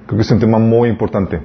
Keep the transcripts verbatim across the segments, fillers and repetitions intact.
Creo que es un tema muy importante.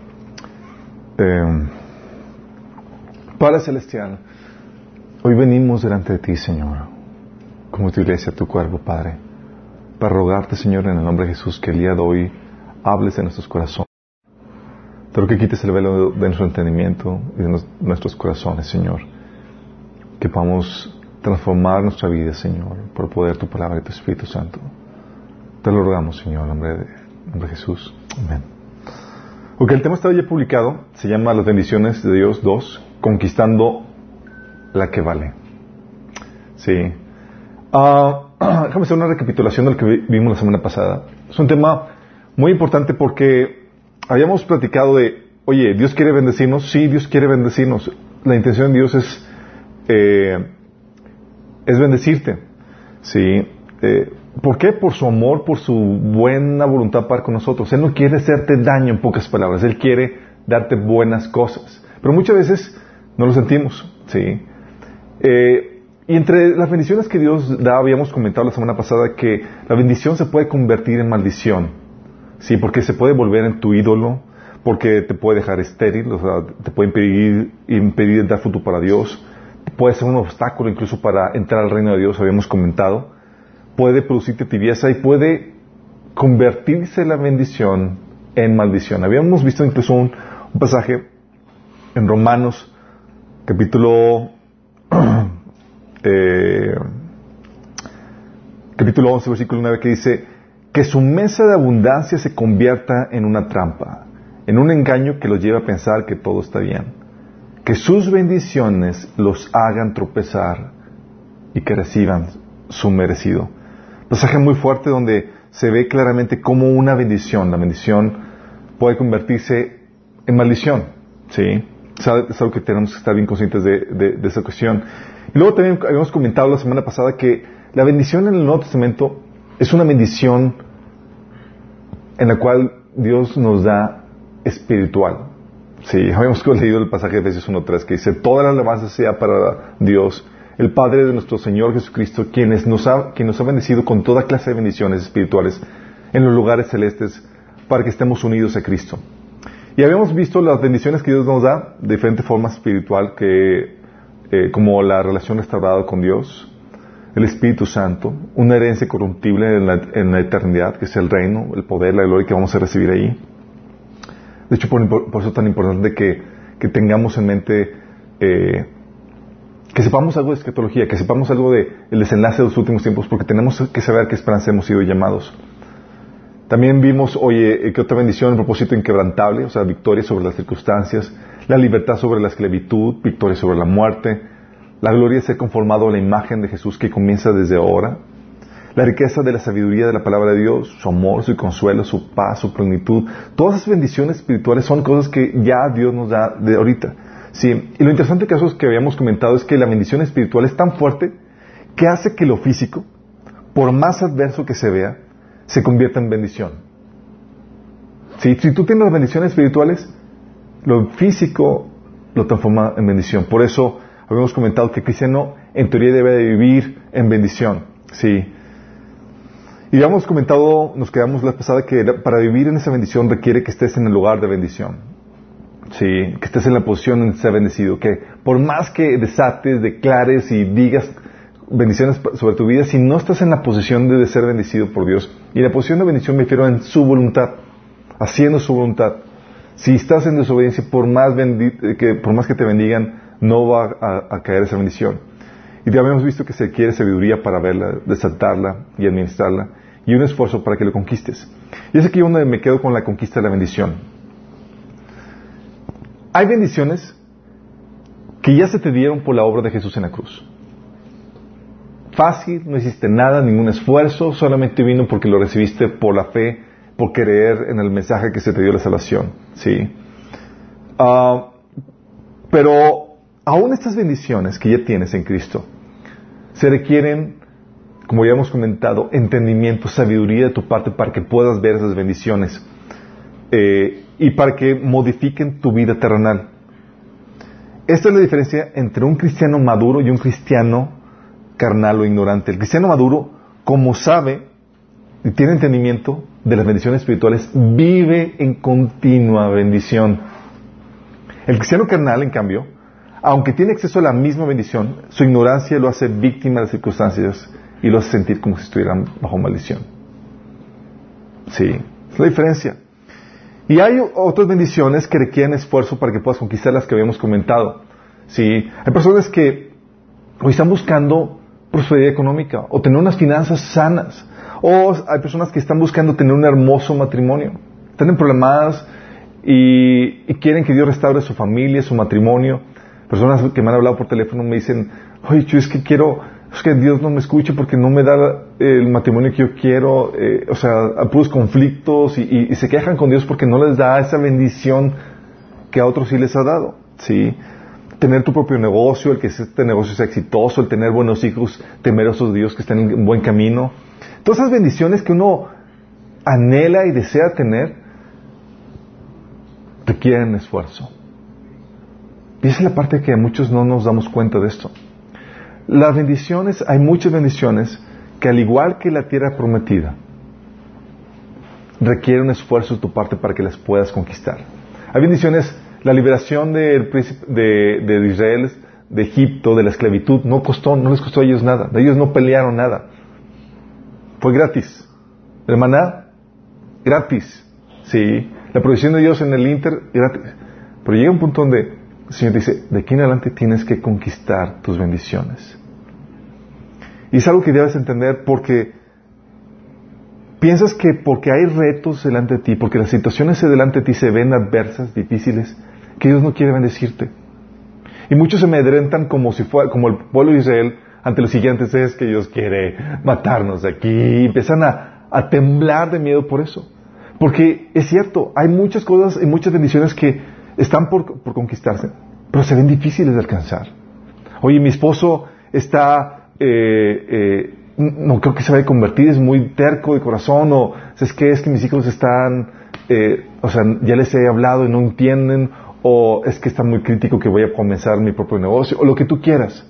Eh, Padre Celestial, hoy venimos delante de ti, Señor, como tu iglesia, tu cuerpo, Padre, para rogarte, Señor, en el nombre de Jesús, que el día de hoy hables de nuestros corazones. Te ruego que quites el velo de nuestro entendimiento y de nuestros corazones, Señor. Que podamos transformar nuestra vida, Señor, por el poder de tu palabra y tu Espíritu Santo. Te lo rogamos, Señor, en nombre de, en nombre de Jesús. Amén. Ok, el tema está ya publicado. Se llama Las bendiciones de Dios dos, Conquistando la que vale. Sí. Uh, déjame hacer una recapitulación de lo que vimos la semana pasada. Es un tema muy importante porque habíamos platicado de, oye, ¿Dios quiere bendecirnos? Sí, Dios quiere bendecirnos. La intención de Dios es, eh, es bendecirte. ¿Sí? Eh, ¿Por qué? Por su amor, por su buena voluntad para con nosotros. Él no quiere hacerte daño, en pocas palabras. Él quiere darte buenas cosas. Pero muchas veces no lo sentimos. ¿Sí? Eh, y entre las bendiciones que Dios da, habíamos comentado la semana pasada que la bendición se puede convertir en maldición. Sí, porque se puede volver en tu ídolo, porque te puede dejar estéril, o sea, te puede impedir, impedir dar fruto para Dios, puede ser un obstáculo incluso para entrar al reino de Dios, habíamos comentado, puede producirte tibieza y puede convertirse la bendición en maldición. Habíamos visto incluso un, un pasaje en Romanos, capítulo, eh, capítulo once, versículo nueve, que dice que su mesa de abundancia se convierta en una trampa, en un engaño que los lleva a pensar que todo está bien, que sus bendiciones los hagan tropezar y que reciban su merecido. Pasaje muy fuerte donde se ve claramente cómo una bendición, la bendición puede convertirse en maldición, ¿sí? Es algo que tenemos que estar bien conscientes de, de, de esa cuestión. Y luego también habíamos comentado la semana pasada que la bendición en el Nuevo Testamento es una bendición en la cual Dios nos da espiritual. Sí, habíamos leído el pasaje de Efesios uno tres que dice, toda la alabanza sea para Dios, el Padre de nuestro Señor Jesucristo, quien nos ha, quien nos ha bendecido con toda clase de bendiciones espirituales en los lugares celestes para que estemos unidos a Cristo. Y habíamos visto las bendiciones que Dios nos da de diferentes formas espiritual, que, eh, como la relación restaurada con Dios, el Espíritu Santo, una herencia corruptible en la, en la eternidad, que es el reino, el poder, la gloria que vamos a recibir ahí. De hecho, por, por eso es tan importante que, que tengamos en mente, eh, que sepamos algo de escatología, que sepamos algo de el desenlace de los últimos tiempos, porque tenemos que saber qué esperanza hemos sido llamados. También vimos, oye, que otra bendición, un propósito inquebrantable, o sea, victoria sobre las circunstancias, la libertad sobre la esclavitud, victoria sobre la muerte, la gloria de ser conformado a la imagen de Jesús que comienza desde ahora, la riqueza de la sabiduría de la palabra de Dios, su amor, su consuelo, su paz, su plenitud. Todas esas bendiciones espirituales son cosas que ya Dios nos da de ahorita. Sí. Y lo interesante que eso es que habíamos comentado es que la bendición espiritual es tan fuerte que hace que lo físico, por más adverso que se vea, se convierta en bendición. Sí. Si tú tienes las bendiciones espirituales, lo físico lo transforma en bendición. Por eso habíamos comentado que el cristiano en teoría debe de vivir en bendición. Sí. Y habíamos comentado, nos quedamos la pasada, que para vivir en esa bendición requiere que estés en el lugar de bendición. Sí. Que estés en la posición en ser bendecido. Que por más que desates, declares y digas bendiciones sobre tu vida, si no estás en la posición de ser bendecido por Dios, y la posición de bendición me refiero en su voluntad, haciendo su voluntad. Si estás en desobediencia, por más, bendi- que, por más que te bendigan, no va a, a caer esa bendición. Y ya habíamos visto que se quiere sabiduría para verla, desatarla y administrarla, y un esfuerzo para que lo conquistes. Y es aquí donde me quedo con la conquista de la bendición. Hay bendiciones que ya se te dieron por la obra de Jesús en la cruz. Fácil, no hiciste nada, ningún esfuerzo, solamente vino porque lo recibiste por la fe, por creer en el mensaje que se te dio la salvación. ¿Sí? Uh, pero aún estas bendiciones que ya tienes en Cristo se requieren, como ya hemos comentado, entendimiento, sabiduría de tu parte para que puedas ver esas bendiciones eh, y para que modifiquen tu vida terrenal. Esta es la diferencia entre un cristiano maduro y un cristiano carnal o ignorante. El cristiano maduro, como sabe y tiene entendimiento de las bendiciones espirituales, vive en continua bendición. El cristiano carnal, en cambio, aunque tiene acceso a la misma bendición, su ignorancia lo hace víctima de las circunstancias y lo hace sentir como si estuvieran bajo maldición. Sí, es la diferencia. Y hay otras bendiciones que requieren esfuerzo para que puedas conquistar las que habíamos comentado. Sí, hay personas que hoy están buscando prosperidad económica o tener unas finanzas sanas. O hay personas que están buscando tener un hermoso matrimonio. Están problemadas y, y quieren que Dios restaure su familia, su matrimonio. Personas que me han hablado por teléfono me dicen, oye, yo es que quiero, es que Dios no me escuche porque no me da el matrimonio que yo quiero. Eh, o sea, a puros conflictos y, y, y se quejan con Dios porque no les da esa bendición que a otros sí les ha dado. ¿Sí? Tener tu propio negocio, el que este negocio sea exitoso, el tener buenos hijos temerosos de Dios que estén en buen camino. Todas esas bendiciones que uno anhela y desea tener requieren esfuerzo. Y esa es la parte que a muchos no nos damos cuenta de esto. Las bendiciones, hay muchas bendiciones que al igual que la tierra prometida, requieren un esfuerzo de tu parte para que las puedas conquistar. Hay bendiciones, la liberación del príncipe de, de Israel, de Egipto, de la esclavitud, no costó, no les costó a ellos nada. Ellos no pelearon nada. Fue gratis. El maná, gratis. Sí. La provisión de Dios en el Inter, gratis. Pero llega un punto donde el Señor dice, de aquí en adelante tienes que conquistar tus bendiciones. Y es algo que debes entender porque piensas que porque hay retos delante de ti, porque las situaciones delante de ti se ven adversas, difíciles, que Dios no quiere bendecirte. Y muchos se amedrentan como si fuera, como el pueblo de Israel, ante los gigantes, es que Dios quiere matarnos de aquí. Y empiezan a, a temblar de miedo por eso. Porque es cierto, hay muchas cosas y muchas bendiciones que están por, por conquistarse, pero se ven difíciles de alcanzar. Oye, mi esposo está, eh, eh, no creo que se vaya a convertir, es muy terco de corazón, o es que es que mis hijos están, eh, o sea, ya les he hablado y no entienden, o es que está muy crítico que voy a comenzar mi propio negocio, o lo que tú quieras.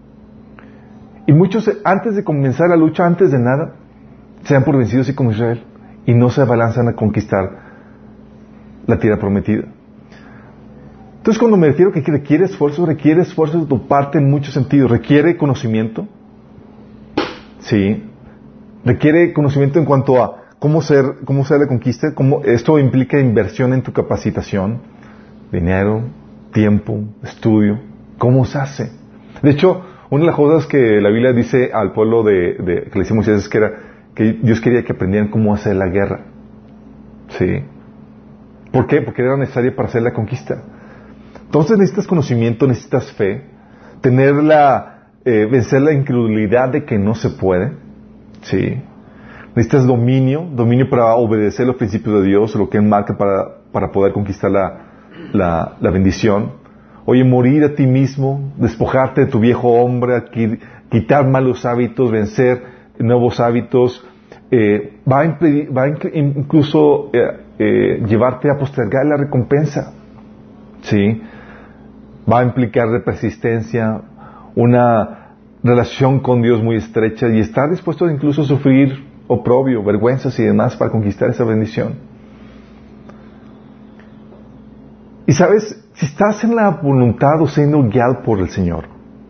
Y muchos, antes de comenzar la lucha, antes de nada, se dan por vencidos así como Israel, y no se abalanzan a conquistar la tierra prometida. Entonces, cuando me refiero que requiere esfuerzo, requiere esfuerzo de tu parte en muchos sentidos. Requiere conocimiento, sí. Requiere conocimiento en cuanto a cómo ser, cómo ser la conquista. Cómo, esto implica inversión en tu capacitación, dinero, tiempo, estudio. ¿Cómo se hace? De hecho, una de las cosas que la Biblia dice al pueblo de, de que le decía Moisés es que era que Dios quería que aprendieran cómo hacer la guerra. Sí. ¿Por qué? Porque era necesario para hacer la conquista. Entonces necesitas conocimiento, necesitas fe, tener la, eh, vencer la incredulidad de que no se puede, sí. Necesitas dominio, dominio para obedecer los principios de Dios, lo que Él marca para, para poder conquistar la, la, la bendición. Oye, morir a ti mismo, despojarte de tu viejo hombre, quitar malos hábitos, vencer nuevos hábitos, eh, va a, impedir, va a incluso eh, eh, llevarte a postergar la recompensa, sí. Va a implicar de persistencia, una relación con Dios muy estrecha y estar dispuesto a incluso sufrir oprobio, vergüenzas y demás para conquistar esa bendición. Y sabes, si estás en la voluntad o siendo guiado por el Señor,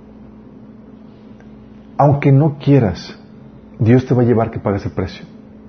aunque no quieras, Dios te va a llevar que pagues el precio.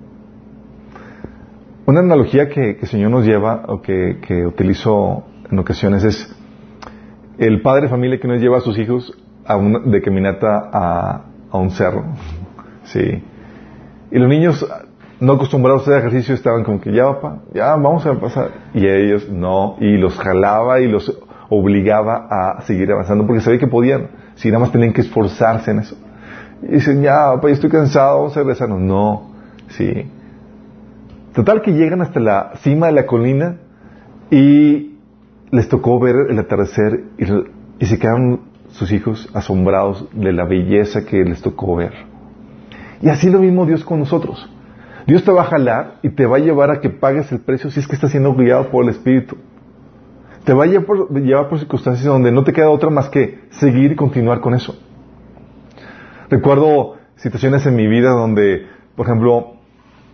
Una analogía que, que el Señor nos lleva, o que, que utilizo en ocasiones, es el padre de familia que nos lleva a sus hijos a una, de caminata a, a un cerro. Sí. Y los niños no acostumbrados a hacer ejercicio estaban como que ya papá, ya vamos a pasar. Y ellos no, y los jalaba y los obligaba a seguir avanzando porque sabía que podían, si nada más tenían que esforzarse en eso. Y dicen, ya papá, yo estoy cansado, vamos a regresarnos. No, sí. Total que llegan hasta la cima de la colina y les tocó ver el atardecer y, y se quedaron sus hijos asombrados de la belleza que les tocó ver. Y así lo mismo Dios con nosotros. Dios te va a jalar y te va a llevar a que pagues el precio si es que estás siendo guiado por el Espíritu. Te va a llevar por, llevar por circunstancias donde no te queda otra más que seguir y continuar con eso. Recuerdo situaciones en mi vida donde, por ejemplo,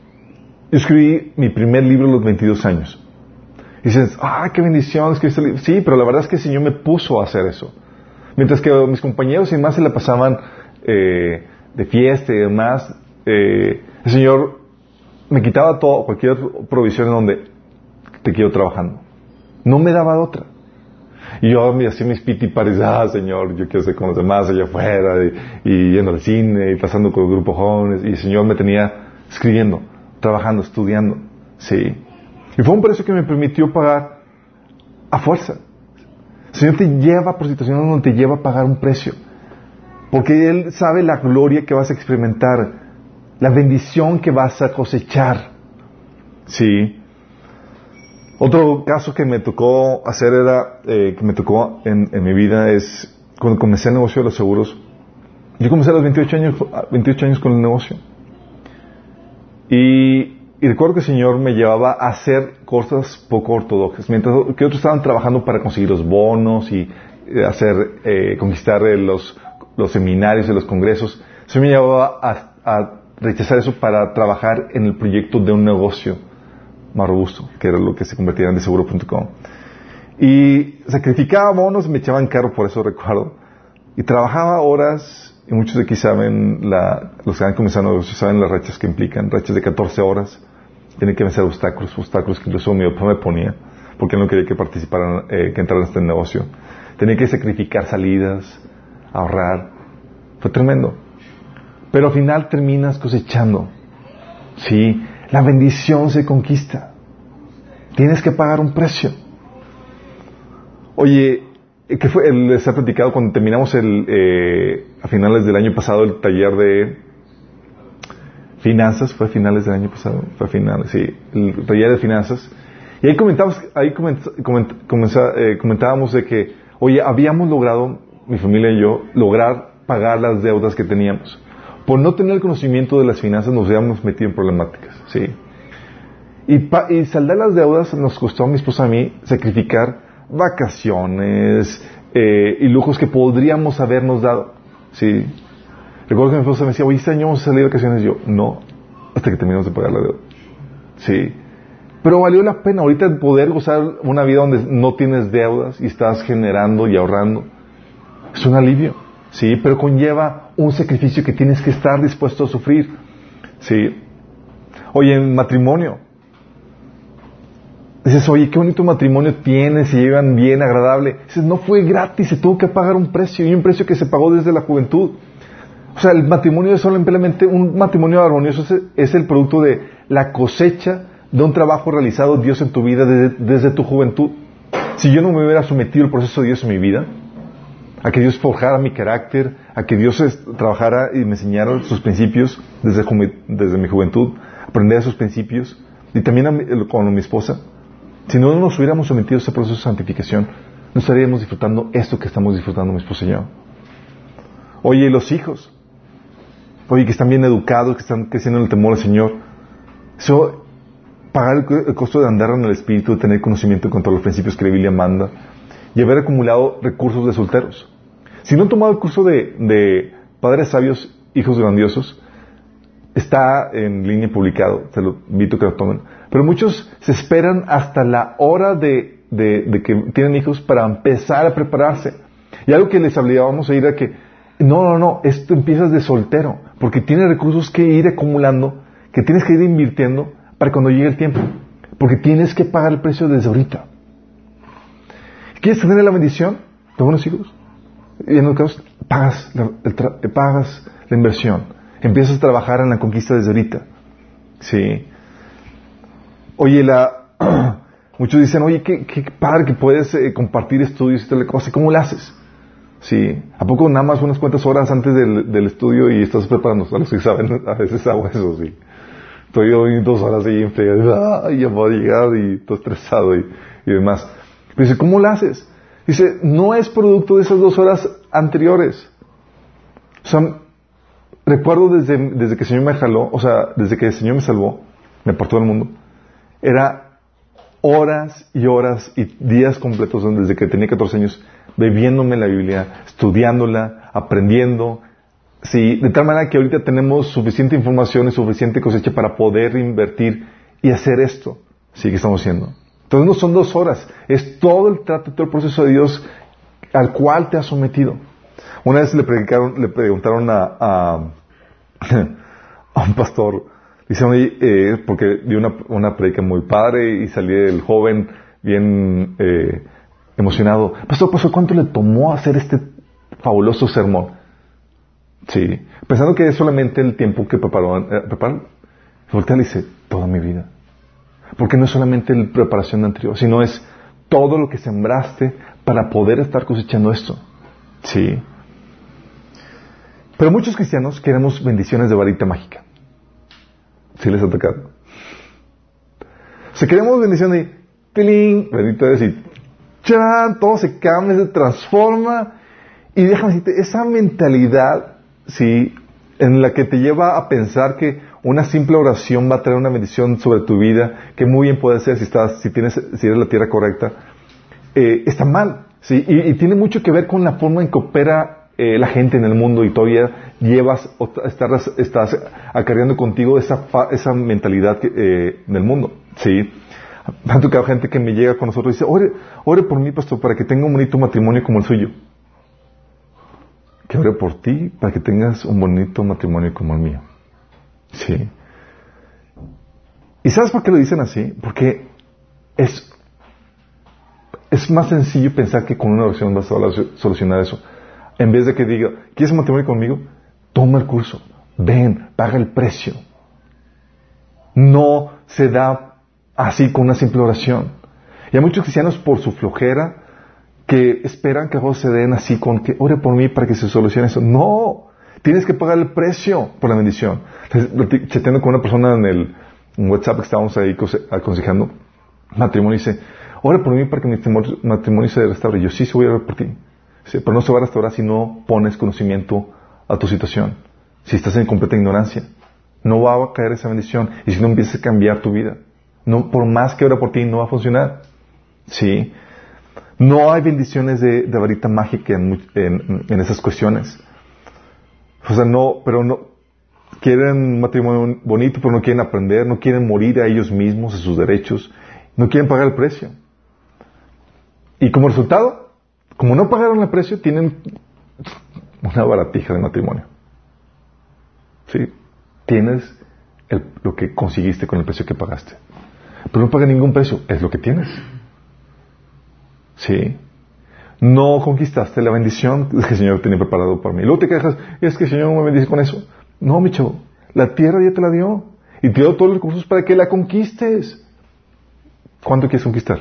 Yo escribí mi primer libro a los veintidós años. Y dices, ¡ah, qué bendición! Es que este libro. Sí, pero la verdad es que el Señor me puso a hacer eso. Mientras que mis compañeros y demás se la pasaban eh, de fiesta y demás, eh, el Señor me quitaba todo, cualquier provisión en donde te quiero trabajando. No me daba otra. Y yo me hacía mis piti paris, ah, Señor, yo quiero ser con los demás allá afuera, y, y yendo al cine, y pasando con el grupo jóvenes, y el Señor me tenía escribiendo, trabajando, estudiando, sí. Y fue un precio que me permitió pagar a fuerza. El Señor te lleva por situaciones donde te lleva a pagar un precio, porque Él sabe la gloria que vas a experimentar, la bendición que vas a cosechar, sí. Otro caso que me tocó hacer era, eh, que me tocó en, en mi vida es cuando comencé el negocio de los seguros. Yo comencé a los veintiocho años, veintiocho años con el negocio. Y, y recuerdo que el Señor me llevaba a hacer cosas poco ortodoxas. Mientras que otros estaban trabajando para conseguir los bonos y eh, hacer, eh, conquistar eh, los, los seminarios y los congresos, el Señor me llevaba a, a rechazar eso para trabajar en el proyecto de un negocio más robusto, que era lo que se convertía en de seguro punto com. Y sacrificaba bonos, me echaban caro, por eso recuerdo. Y trabajaba horas, y muchos de aquí saben, la, los que han comenzado negocios saben las rachas que implican, rachas de catorce horas. Tienen que vencer obstáculos, obstáculos que incluso mi papá me ponía, porque él no quería que participaran, eh, que entraran en este negocio. Tenía que sacrificar salidas, ahorrar. Fue tremendo. Pero al final terminas cosechando. Sí. La bendición se conquista. Tienes que pagar un precio. Oye, ¿qué fue? Les he platicado cuando terminamos el, eh, a finales del año pasado el taller de finanzas. ¿Fue a finales del año pasado? Fue a finales, sí. El taller de finanzas. Y ahí comentábamos, ahí coment, coment, comenza, eh, comentábamos de que, oye, habíamos logrado, mi familia y yo, lograr pagar las deudas que teníamos. Por no tener el conocimiento de las finanzas nos habíamos metido en problemáticas, sí. Y, pa, y saldar las deudas nos costó a mi esposa y a mí sacrificar vacaciones eh, y lujos que podríamos habernos dado, sí. Recuerdo que mi esposa me decía, oye, este año vamos a salir de vacaciones. Y yo, no, hasta que terminemos de pagar la deuda, sí. Pero valió la pena ahorita poder gozar una vida donde no tienes deudas y estás generando y ahorrando. Es un alivio. Sí, pero conlleva un sacrificio que tienes que estar dispuesto a sufrir. Sí. Oye, en matrimonio. Dices, oye, qué bonito matrimonio tienes, se llevan bien, agradable. Dices, no fue gratis, se tuvo que pagar un precio, y un precio que se pagó desde la juventud. O sea, el matrimonio es solamente un matrimonio armonioso, es, es el producto de la cosecha de un trabajo realizado Dios en tu vida desde, desde tu juventud. Si yo no me hubiera sometido al proceso de Dios en mi vida, a que Dios forjara mi carácter, a que Dios es, trabajara y me enseñara sus principios desde, desde mi juventud, aprender sus principios, y también a mi, con mi esposa. Si no nos hubiéramos sometido a ese proceso de santificación, no estaríamos disfrutando esto que estamos disfrutando mi esposa y yo. Oye, los hijos, oye, que están bien educados, que están creciendo en el temor al Señor, eso, pagar el, el costo de andar en el Espíritu, de tener conocimiento contra los principios que la Biblia manda, y haber acumulado recursos de solteros. Si no han tomado el curso de, de Padres Sabios, Hijos Grandiosos, está en línea publicado, se lo invito a que lo tomen. Pero muchos se esperan hasta la hora de, de, de que tienen hijos para empezar a prepararse. Y algo que les hablábamos a ir a que, no, no, no, esto empiezas de soltero, porque tienes recursos que ir acumulando, que tienes que ir invirtiendo para cuando llegue el tiempo, porque tienes que pagar el precio desde ahorita. ¿Quieres tener la bendición de buenos hijos? Y en los casos, pagas la, el tra- pagas la inversión. Empiezas a trabajar en la conquista desde ahorita. Sí. Oye, la, muchos dicen, oye, qué, qué padre que puedes eh, compartir estudios y tal cosa. ¿Cómo lo haces? Sí. ¿A poco nada más unas cuantas horas antes del, del estudio y estás preparando? A los que saben, a veces hago eso, sí. Estoy hoy dos horas ahí en fría, ah, ya voy a llegar y todo estresado y, y demás. Dice, ¿cómo lo haces? Dice, no es producto de esas dos horas anteriores. O sea, recuerdo desde, desde que el Señor me jaló, o sea, desde que el Señor me salvó, me apartó del mundo, era horas y horas y días completos desde que tenía catorce años, bebiéndome la Biblia, estudiándola, aprendiendo, sí, de tal manera que ahorita tenemos suficiente información y suficiente cosecha para poder invertir y hacer esto. Sí, que estamos haciendo. Entonces no son dos horas, es todo el trato, todo el proceso de Dios al cual te has sometido. Una vez le predicaron, le preguntaron a, a, a un pastor, dice, eh, porque dio una, una predica muy padre y salía el joven bien eh, emocionado. Pastor, pastor, ¿cuánto le tomó hacer este fabuloso sermón? Sí, pensando que es solamente el tiempo que preparó. Eh, preparó. Voltea y le dice, toda mi vida. Porque no es solamente la preparación anterior, sino es todo lo que sembraste para poder estar cosechando esto. Sí. Pero muchos cristianos queremos bendiciones de varita mágica. ¿Sí les ha tocado? O sea, queremos bendiciones de ¡tiling! Bendito es y ¡chan! Todo se cambia, se transforma. Y déjame decirte, esa mentalidad, sí, en la que te lleva a pensar que una simple oración va a traer una bendición sobre tu vida, que muy bien puede ser si estás, si tienes, si eres la tierra correcta, eh, está mal, sí, y, y tiene mucho que ver con la forma en que opera eh, la gente en el mundo y todavía llevas, estás, estás acarreando contigo esa, esa mentalidad que, eh, del mundo, sí. Tanto que hay gente que me llega con nosotros y dice, ore, ore por mí, pastor, para que tenga un bonito matrimonio como el suyo. Que ore por ti para que tengas un bonito matrimonio como el mío. Sí. ¿Y sabes por qué lo dicen así? Porque es, es más sencillo pensar que con una oración vas a solucionar eso. En vez de que diga, ¿quieres un matrimonio conmigo? Toma el curso. Ven, paga el precio. No se da así con una simple oración. Y hay muchos cristianos por su flojera que esperan que algo se den así con que ore por mí para que se solucione eso. No. Tienes que pagar el precio por la bendición. Chateando con una persona en el en WhatsApp que estábamos ahí aconsejando matrimonio, dice, ora por mí para que mi matrimonio se restaure. Yo sí, sí voy a orar por ti. Sí, pero no se va a restaurar si no pones conocimiento a tu situación. Si estás en completa ignorancia. No va a caer esa bendición. Y si no empiezas a cambiar tu vida. No, por más que ora por ti, no va a funcionar. Sí. No hay bendiciones de, de varita mágica en, en, en esas cuestiones. O sea, no, pero no, quieren un matrimonio bonito, pero no quieren aprender, no quieren morir a ellos mismos, a sus derechos, no quieren pagar el precio. Y como resultado, como no pagaron el precio, tienen una baratija de matrimonio. ¿Sí? Tienes el, lo que conseguiste con el precio que pagaste. Pero no pagas ningún precio, es lo que tienes. ¿Sí? No conquistaste la bendición que el Señor tenía preparado para mí. Luego te quejas, es que el Señor no me bendice con eso. No, mi chavo, la tierra ya te la dio. Y te dio todos los recursos para que la conquistes. ¿Cuánto quieres conquistar?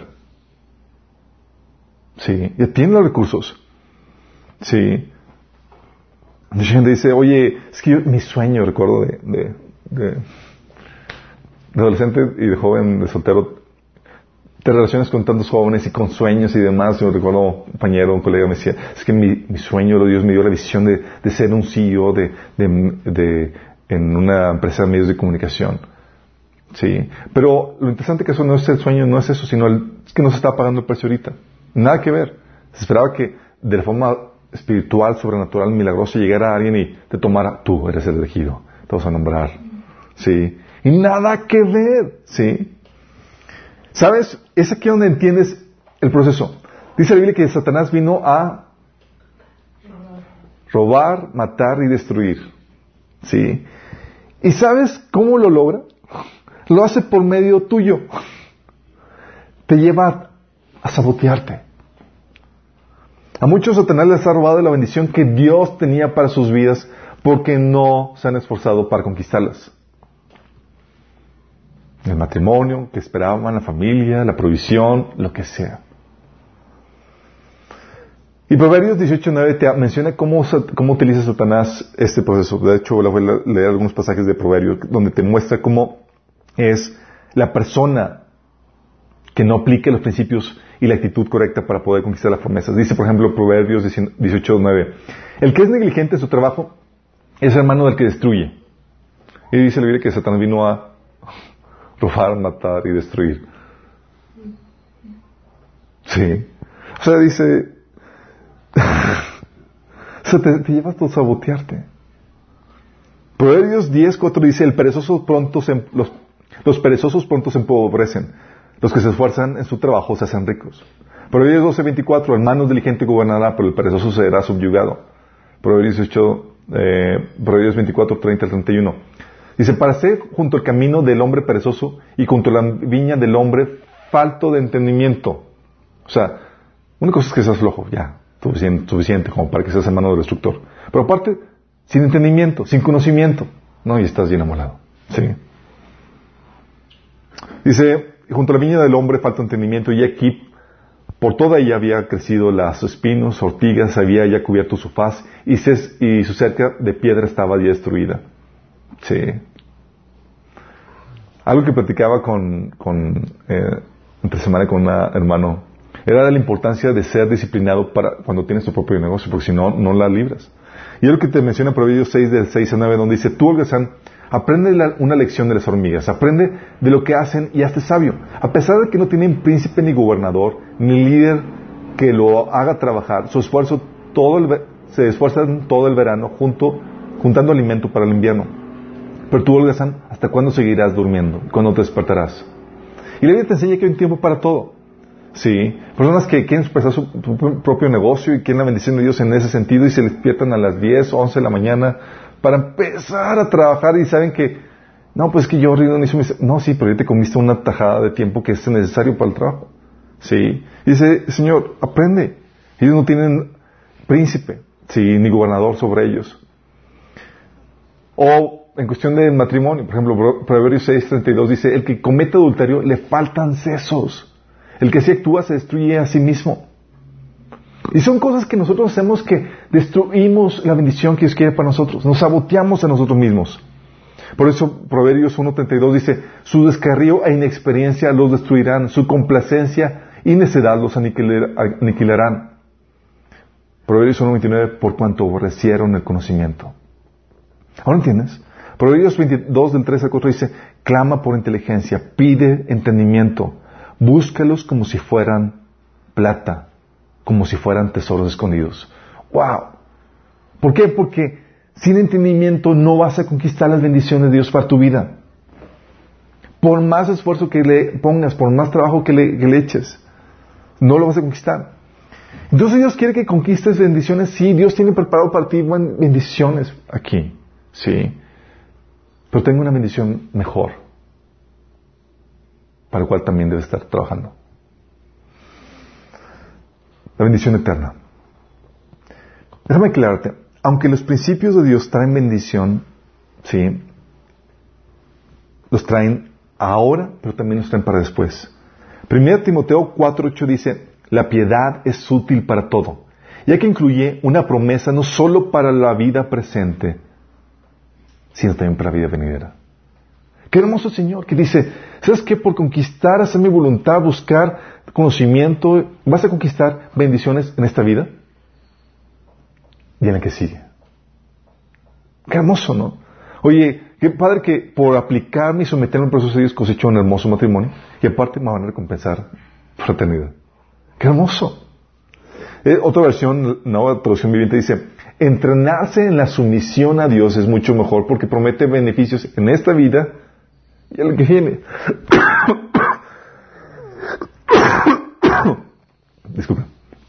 Sí, ya tienes los recursos. Sí. Mucha gente dice, oye, es que yo, mi sueño, recuerdo de, de, de, de adolescente y de joven, de soltero, te relacionas con tantos jóvenes y con sueños y demás. Yo recuerdo un compañero, un colega me decía, es que mi, mi sueño, Dios me dio la visión de, de ser un C E O de, de, de, en una empresa de medios de comunicación. Sí. Pero lo interesante que eso no es el sueño, no es eso, sino el, es que no se está pagando el precio ahorita. Nada que ver. Se esperaba que de la forma espiritual, sobrenatural, milagrosa, llegara alguien y te tomara, tú eres el elegido, te vas a nombrar. Sí. Y nada que ver. Sí. ¿Sabes? Es aquí donde entiendes el proceso. Dice la Biblia que Satanás vino a robar, matar y destruir. ¿Sí? ¿Y sabes cómo lo logra? Lo hace por medio tuyo. Te lleva a sabotearte. A muchos Satanás les ha robado la bendición que Dios tenía para sus vidas porque no se han esforzado para conquistarlas. El matrimonio que esperaban, la familia, la provisión, lo que sea. Y Proverbios dieciocho nueve te menciona cómo, cómo utiliza Satanás este proceso. De hecho, voy a leer algunos pasajes de Proverbios donde te muestra cómo es la persona que no aplique los principios y la actitud correcta para poder conquistar las promesas. Dice, por ejemplo, Proverbios dieciocho nueve, el que es negligente en su trabajo es hermano del que destruye. Y dice la Biblia que Satanás vino a robar, matar y destruir. Sí. O sea, dice, o sea, te, te llevas a sabotearte. Proverbios diez cuatro dice, el perezoso pronto se, los, Los perezosos pronto se empobrecen. Los que se esfuerzan en su trabajo se hacen ricos. Proverbios doce veinticuatro, el mano diligente gobernará, pero el perezoso será subyugado. Proverbios dieciocho, eh, Proverbios veinticuatro, treinta al treinta y uno. Dice, para ser junto al camino del hombre perezoso y junto a la viña del hombre falto de entendimiento. O sea, una cosa es que seas flojo, ya, suficiente, suficiente como para que seas hermano del destructor. Pero aparte, sin entendimiento, sin conocimiento, no, y estás bien amolado. Sí. Dice, junto a la viña del hombre falta entendimiento, y aquí por toda ella había crecido las espinos, ortigas, había ya cubierto su faz, y, se, y su cerca de piedra estaba ya destruida. Sí. Algo que platicaba con, con eh, entre semana con un hermano, era de la importancia de ser disciplinado para cuando tienes tu propio negocio, porque si no, no la libras. Y es lo que te menciona Proverbios seis, del seis a nueve, donde dice, tú, holgazán, aprende la, una lección de las hormigas, aprende de lo que hacen y hazte sabio. A pesar de que no tienen príncipe ni gobernador, ni líder que lo haga trabajar, su esfuerzo todo el, se esfuerzan todo el verano junto, juntando alimento para el invierno. Pero tú, holgazán, ¿hasta cuándo seguirás durmiendo? ¿Cuándo te despertarás? Y la Biblia te enseña que hay un tiempo para todo. Sí, personas que quieren expresar su propio negocio y quieren la bendición de Dios en ese sentido y se despiertan a las diez, once de la mañana para empezar a trabajar y saben que, no, pues que yo no hice mis... No, sí, pero ya te comiste una tajada de tiempo que es necesario para el trabajo. Sí, y dice, Señor, aprende. Ellos no tienen príncipe, sí, ni gobernador sobre ellos. O en cuestión de matrimonio, por ejemplo, Proverbios seis, treinta y dos dice, el que comete adulterio le faltan sesos. El que así actúa se destruye a sí mismo. Y son cosas que nosotros hacemos que destruimos la bendición que Dios quiere para nosotros. Nos saboteamos a nosotros mismos. Por eso Proverbios uno treinta y dos dice, su descarrío e inexperiencia los destruirán, su complacencia y necedad los aniquilarán. Proverbios uno veintinueve, por cuanto aborrecieron el conocimiento. ¿Ahora entiendes? Proverbios veintidós, del tres al cuatro dice, clama por inteligencia, pide entendimiento. Búscalos como si fueran plata, como si fueran tesoros escondidos. ¡Wow! ¿Por qué? Porque sin entendimiento no vas a conquistar las bendiciones de Dios para tu vida. Por más esfuerzo que le pongas, por más trabajo que le, que le eches, no lo vas a conquistar. Entonces Dios quiere que conquistes bendiciones. Sí, Dios tiene preparado para ti bendiciones aquí. Sí. Pero tengo una bendición mejor, para el cual también debe estar trabajando. La bendición eterna. Déjame aclararte, aunque los principios de Dios traen bendición, sí, los traen ahora, pero también los traen para después. Primera Timoteo cuatro ocho dice, la piedad es útil para todo, ya que incluye una promesa no solo para la vida presente, sino también para la vida venidera. Qué hermoso Señor, que dice, ¿sabes qué? Por conquistar, hacer mi voluntad, buscar conocimiento, vas a conquistar bendiciones en esta vida y en la que sigue. Qué hermoso, ¿no? Oye, qué padre que por aplicarme y someterme al proceso de Dios cosecho un hermoso matrimonio y aparte me van a recompensar por la eternidad. Qué hermoso. Eh, otra versión, nueva traducción viviente dice, entrenarse en la sumisión a Dios es mucho mejor porque promete beneficios en esta vida y en la que viene. Disculpen.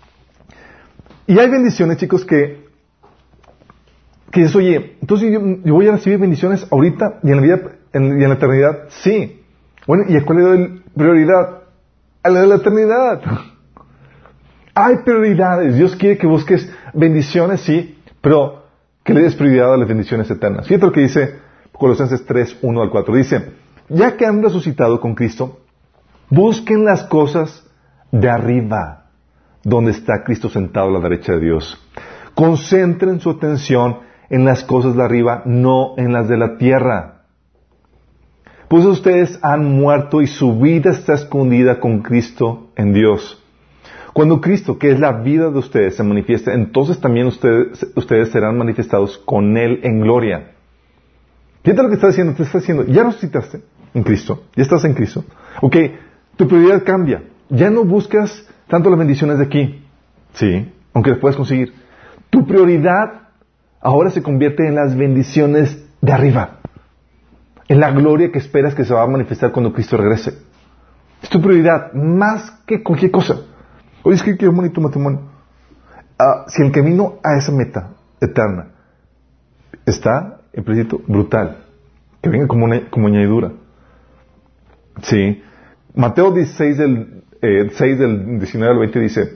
Y hay bendiciones, chicos, que que dices, oye, entonces yo, yo voy a recibir bendiciones ahorita y en la vida en, y en la eternidad. Sí. Bueno, ¿y a cuál le doy prioridad? A la de la eternidad. Hay prioridades. Dios quiere que busques bendiciones, sí, pero que le des prioridad a las bendiciones eternas. Fíjate lo que dice Colosenses tres, uno al cuatro. Dice, ya que han resucitado con Cristo, busquen las cosas de arriba, donde está Cristo sentado a la derecha de Dios. Concentren su atención en las cosas de arriba, no en las de la tierra. Pues ustedes han muerto y su vida está escondida con Cristo en Dios. Cuando Cristo, que es la vida de ustedes, se manifiesta, entonces también ustedes, ustedes serán manifestados con Él en gloria. Fíjate lo que está diciendo, te está diciendo, ya resucitaste en Cristo, ya estás en Cristo. Ok, tu prioridad cambia. Ya no buscas tanto las bendiciones de aquí, sí, aunque las puedes conseguir. Tu prioridad ahora se convierte en las bendiciones de arriba. en la gloria que esperas que se va a manifestar cuando Cristo regrese. Es tu prioridad, más que cualquier cosa. Oye, es que quiero bonito matrimonio. Uh, si el camino a esa meta eterna está, en principio, brutal, que venga como, una, como añadidura. Sí. Mateo dieciséis, del, eh, seis del diecinueve al veinte dice: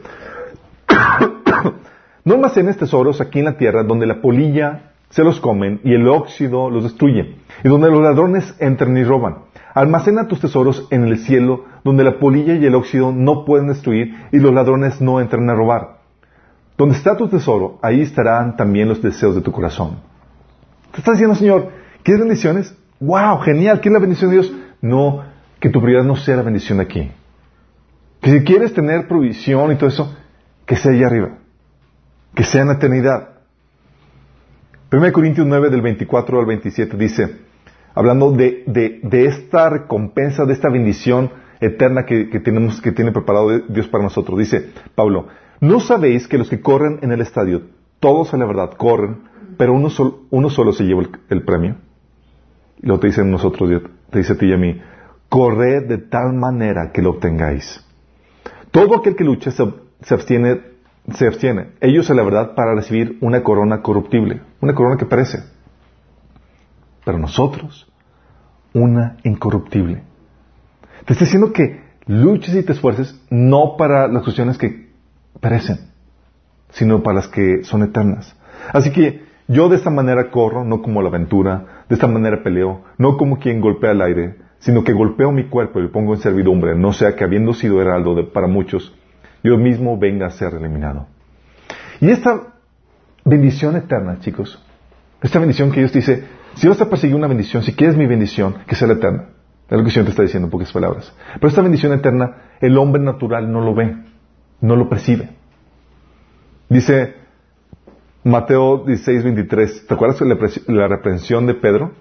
no almacenes tesoros aquí en la tierra, donde la polilla se los comen y el óxido los destruye, y donde los ladrones entran y roban. Almacena tus tesoros en el cielo, donde la polilla y el óxido no pueden destruir y los ladrones no entran a robar. Donde está tu tesoro, ahí estarán también los deseos de tu corazón. Te estás diciendo, Señor, ¿quieres bendiciones? ¡Wow! Genial, ¿quieres la bendición de Dios? No, que tu prioridad no sea la bendición de aquí. Que si quieres tener provisión y todo eso, que sea allá arriba. Que sea en la eternidad. primera Corintios nueve, del veinticuatro al veintisiete, dice, hablando de, de, de esta recompensa, de esta bendición eterna que, que tenemos, que tiene preparado Dios para nosotros. Dice Pablo: ¿no sabéis que los que corren en el estadio, todos a la verdad corren, pero uno, sol, uno solo se lleva el, el premio? Y luego te dice a nosotros, te dice a ti y a mí: corred de tal manera que lo obtengáis. Todo aquel que lucha se, se abstiene, se abstiene, ellos a la verdad, para recibir una corona corruptible, una corona que perece. Pero nosotros, una incorruptible. Te estoy diciendo que luches y te esfuerces no para las cuestiones que perecen, sino para las que son eternas. Así que yo de esta manera corro, no como la aventura, de esta manera peleo, no como quien golpea el aire, sino que golpeo mi cuerpo y lo pongo en servidumbre, no sea que habiendo sido heraldo de, para muchos, yo mismo venga a ser eliminado. Y esta bendición eterna, chicos, esta bendición que Dios dice, si vas a perseguir una bendición, si quieres mi bendición, que sea la eterna. Es lo que el Señor te está diciendo en pocas palabras. Pero esta bendición eterna, el hombre natural no lo ve, no lo percibe. Dice Mateo dieciséis, veintitrés, ¿te acuerdas de la, la reprensión de Pedro?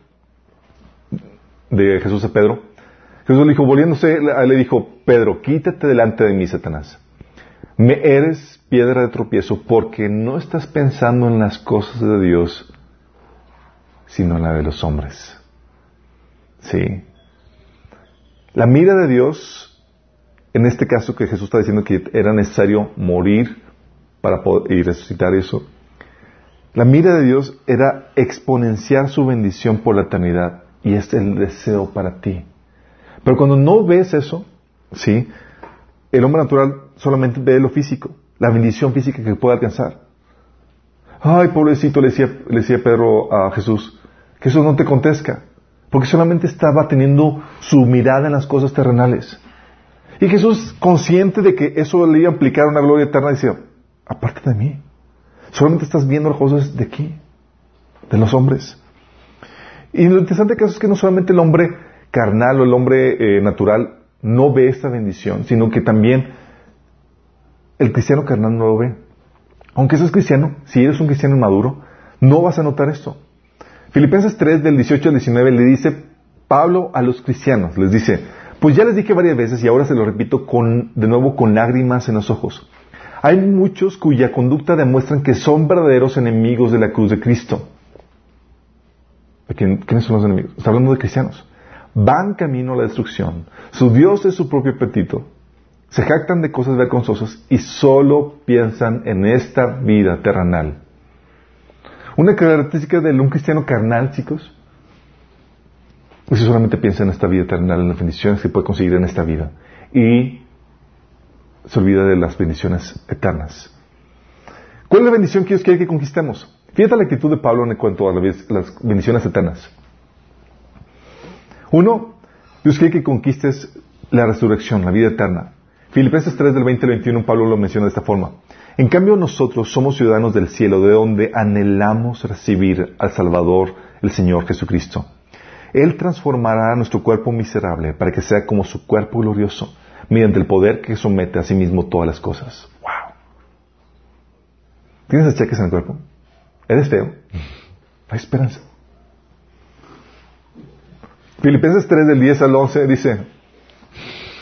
De Jesús a Pedro. Jesús le dijo, volviéndose, le dijo: Pedro, quítate delante de mí, Satanás. Me eres piedra de tropiezo, porque no estás pensando en las cosas de Dios, sino en la de los hombres. Sí. La mira de Dios, en este caso que Jesús está diciendo que era necesario morir para poder y resucitar eso, la mira de Dios era exponenciar su bendición por la eternidad, y es el deseo para ti. Pero cuando no ves eso, sí, el hombre natural solamente ve lo físico, la bendición física que puede alcanzar. Ay, pobrecito, le decía, le decía Pedro a Jesús, que eso no te acontezca, porque solamente estaba teniendo su mirada en las cosas terrenales. Y Jesús, consciente de que eso le iba a implicar una gloria eterna, decía: aparte de mí, solamente estás viendo las cosas de aquí, de los hombres. Y lo interesante caso es que no solamente el hombre carnal o el hombre eh, natural no ve esta bendición, sino que también el cristiano carnal no lo ve. Aunque seas cristiano, si eres un cristiano maduro, no vas a notar esto. Filipenses tres, del dieciocho al diecinueve, le dice Pablo a los cristianos, les dice: pues ya les dije varias veces y ahora se lo repito con, de nuevo con lágrimas en los ojos. Hay muchos cuya conducta demuestran que son verdaderos enemigos de la cruz de Cristo. ¿Quiénes son los enemigos? Está hablando de cristianos. Van camino a la destrucción. Su Dios es su propio apetito. Se jactan de cosas vergonzosas y solo piensan en esta vida terrenal. Una característica de un cristiano carnal, chicos, es que solamente piensa en esta vida terrenal, en las bendiciones que puede conseguir en esta vida, y se olvida de las bendiciones eternas. ¿Cuál es la bendición que Dios quiere que conquistemos? Fíjate la actitud de Pablo en cuanto a las bendiciones eternas. Uno, Dios quiere que conquistes la resurrección, la vida eterna. Filipenses tres, del veinte al veintiuno, Pablo lo menciona de esta forma: en cambio nosotros somos ciudadanos del cielo, de donde anhelamos recibir al Salvador, el Señor Jesucristo. Él transformará nuestro cuerpo miserable para que sea como su cuerpo glorioso, mediante el poder que somete a sí mismo todas las cosas. ¡Wow! ¿Tienes achaques en el cuerpo? ¿Eres feo? Hay esperanza. Filipenses tres, del diez al once, dice...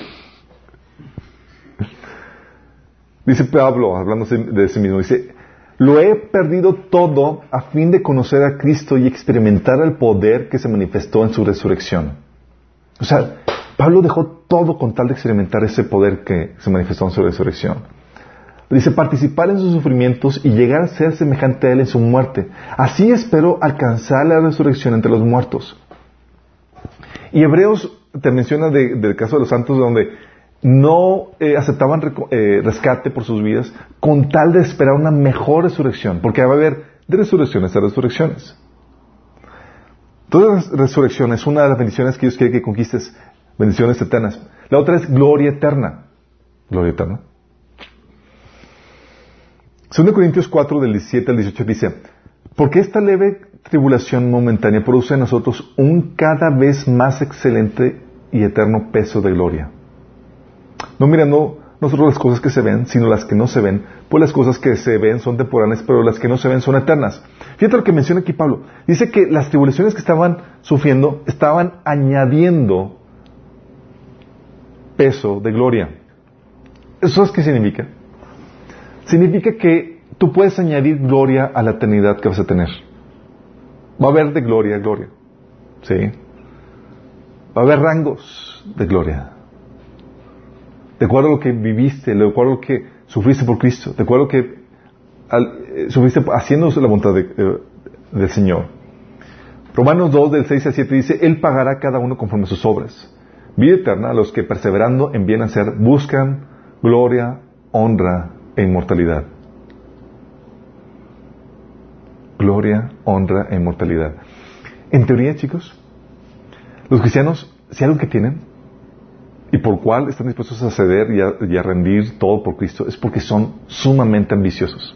Dice Pablo, hablando de sí mismo, dice: Lo he perdido todo a fin de conocer a Cristo y experimentar el poder que se manifestó en su resurrección. O sea, Pablo dejó todo con tal de experimentar ese poder que se manifestó en su resurrección. Dice, participar en sus sufrimientos y llegar a ser semejante a Él en su muerte. Así espero alcanzar la resurrección entre los muertos. Y Hebreos te menciona de, del caso de los santos donde no eh, aceptaban reco- eh, rescate por sus vidas con tal de esperar una mejor resurrección, porque va a haber de resurrecciones a resurrecciones. Todas las resurrecciones, una de las bendiciones que Dios quiere que conquistes, bendiciones eternas. La otra es gloria eterna. Gloria eterna. Segunda Corintios cuatro, del diecisiete al dieciocho dice, porque esta leve tribulación momentánea produce en nosotros un cada vez más excelente y eterno peso de gloria. No mirando nosotros las cosas que se ven, sino las que no se ven, pues las cosas que se ven son temporales, pero las que no se ven son eternas. Fíjate lo que menciona aquí Pablo. Dice que las tribulaciones que estaban sufriendo estaban añadiendo peso de gloria. ¿Eso es qué significa? Significa que tú puedes añadir gloria a la eternidad que vas a tener. Va a haber de gloria a gloria. ¿Sí? Va a haber rangos de gloria. De acuerdo a lo que viviste, de acuerdo a lo que sufriste por Cristo, de acuerdo a lo que al, eh, sufriste haciendo la voluntad de, de, del Señor. Romanos dos, del seis al siete dice, Él pagará a cada uno conforme a sus obras. Vida eterna a los que perseverando en bien hacer buscan gloria, honra e inmortalidad. Gloria, honra e inmortalidad. En teoría, chicos, los cristianos, si algo que tienen y por cual están dispuestos a ceder y a, y a rendir todo por Cristo, es porque son sumamente ambiciosos.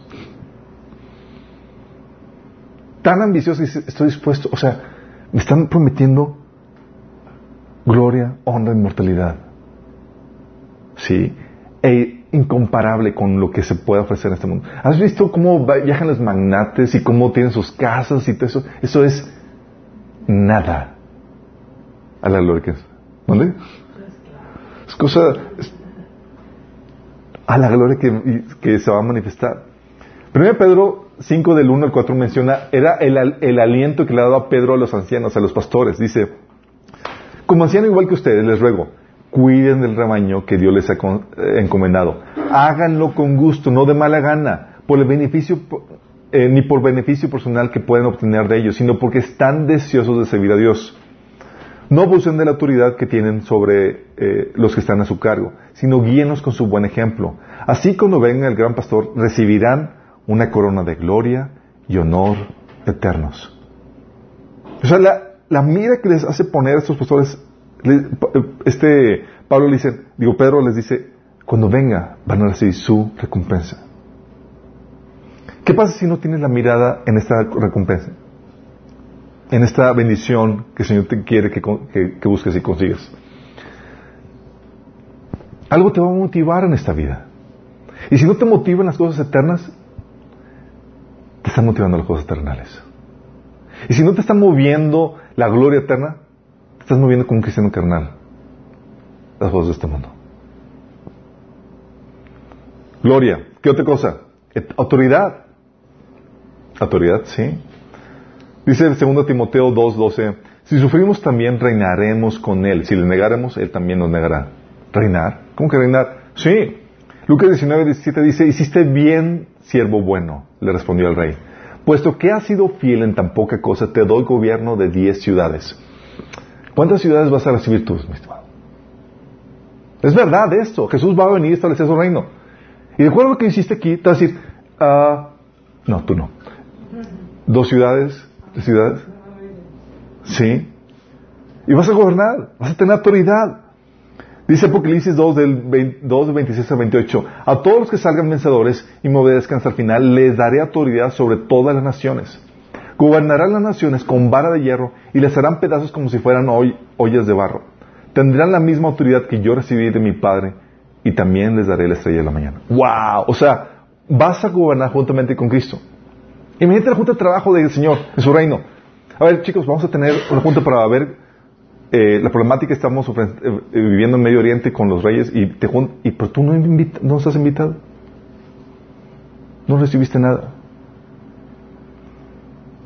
Tan ambiciosos que estoy dispuesto, o sea, me están prometiendo gloria, honra, inmortalidad. Sí, e incomparable con lo que se puede ofrecer en este mundo. ¿Has visto cómo viajan los magnates y cómo tienen sus casas y todo eso? Eso es nada a la gloria que es. ¿Dónde? Es cosa es a la gloria que, que se va a manifestar. Primero Pedro cinco del uno al cuatro menciona, era el, el aliento que le ha dado a Pedro a los ancianos, a los pastores. Dice, como anciano igual que ustedes, les ruego, cuiden del rebaño que Dios les ha encomendado. Háganlo con gusto, no de mala gana, por el beneficio, eh, ni por beneficio personal que pueden obtener de ellos, sino porque están deseosos de servir a Dios. No abusen de la autoridad que tienen sobre eh, los que están a su cargo, sino guíenlos con su buen ejemplo. Así cuando venga el gran pastor, recibirán una corona de gloria y honor eternos. O sea, la, la mira que les hace poner a estos pastores, este Pablo le dice, digo Pedro les dice, cuando venga van a recibir su recompensa. ¿Qué pasa si no tienes la mirada en esta recompensa? En esta bendición que el Señor te quiere que, que, que busques y consigas. Algo te va a motivar en esta vida. Y si no te motivan las cosas eternas, te están motivando las cosas terrenales. Y si no te están moviendo la gloria eterna, te estás moviendo como un cristiano carnal las cosas de este mundo. Gloria. ¿Qué otra cosa? Autoridad. Autoridad, sí. Dice el segundo Timoteo dos doce, si sufrimos también reinaremos con Él. Si le negaremos, Él también nos negará. ¿Reinar? ¿Cómo que reinar? Sí. Lucas diecinueve diecisiete dice, hiciste bien, siervo bueno, le respondió el rey. Puesto que has sido fiel en tan poca cosa, te doy gobierno de diez ciudades. ¿Cuántas ciudades vas a recibir tú, mi estimado? Es verdad esto. Jesús va a venir a establecer su reino. Y de acuerdo a lo que hiciste aquí, te vas a decir, uh, no, tú no. Dos ciudades, tres ciudades. Sí. Y vas a gobernar, vas a tener autoridad. Dice Apocalipsis dos, del dos, veintiséis al veintiocho, a todos los que salgan vencedores y me obedezcan hasta el final, les daré autoridad sobre todas las naciones. Gobernarán las naciones con vara de hierro y les harán pedazos como si fueran hoy, ollas de barro. Tendrán la misma autoridad que yo recibí de mi Padre y también les daré la estrella de la mañana. ¡Wow! O sea, vas a gobernar juntamente con Cristo. Imagínate la junta de trabajo del Señor en su reino. A ver, chicos, vamos a tener una junta para ver eh, la problemática que estamos eh, viviendo en Medio Oriente con los reyes y, te, y pero tú no, invita, no estás invitado. No recibiste nada.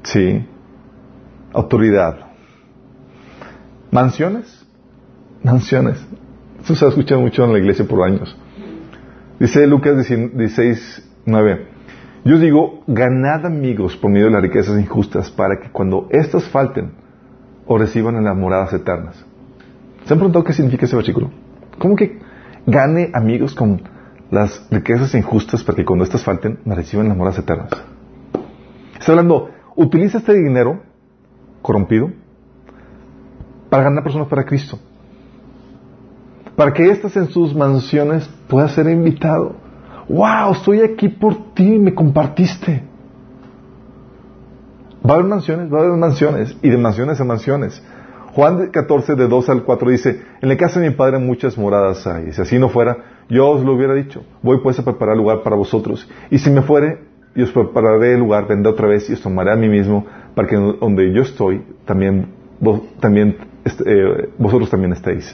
Sí. Autoridad. Mansiones. Mansiones. Esto se ha escuchado mucho en la iglesia por años. Dice Lucas dieciséis, nueve. Yo os digo, ganad amigos por medio de las riquezas injustas, para que cuando éstas falten, os reciban en las moradas eternas. ¿Se han preguntado qué significa ese versículo? ¿Cómo que gane amigos con las riquezas injustas para que cuando éstas falten, me reciban en las moradas eternas? Está hablando, utiliza este dinero corrompido para ganar personas para Cristo. Para que éstas en sus mansiones puedan ser invitado. ¡Wow! Estoy aquí por ti, me compartiste. Va a haber mansiones, va a haber mansiones, y de mansiones a mansiones. Juan catorce, de dos al cuatro dice, en la casa de mi padre muchas moradas hay, y si así no fuera, yo os lo hubiera dicho, voy pues a preparar lugar para vosotros, y si me fuere, y os prepararé el lugar, vendré otra vez y os tomaré a mí mismo, para que donde yo estoy, también, vos, también eh, vosotros también estéis.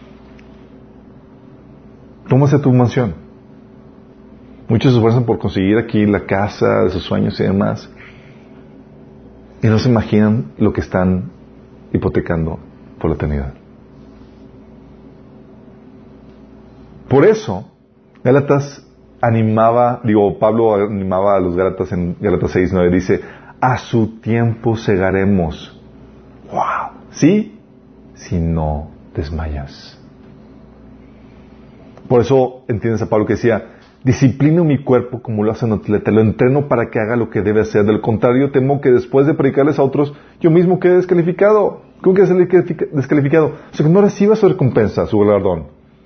Tómase tu mansión. Muchos se esfuerzan por conseguir aquí la casa de sus sueños y demás, y no se imaginan lo que están hipotecando por la eternidad. Por eso, Gálatas animaba, digo, Pablo animaba a los Gálatas en Gálatas seis, nueve, dice, a su tiempo segaremos. ¡Wow! ¿Sí? Si no desmayas. Por eso entiendes a Pablo que decía, disciplino mi cuerpo como lo hace un atleta, lo entreno para que haga lo que debe hacer. Del contrario, temo que después de predicarles a otros, yo mismo quede descalificado. ¿Cómo que descalificado? O sea, que no reciba su recompensa, su galardón.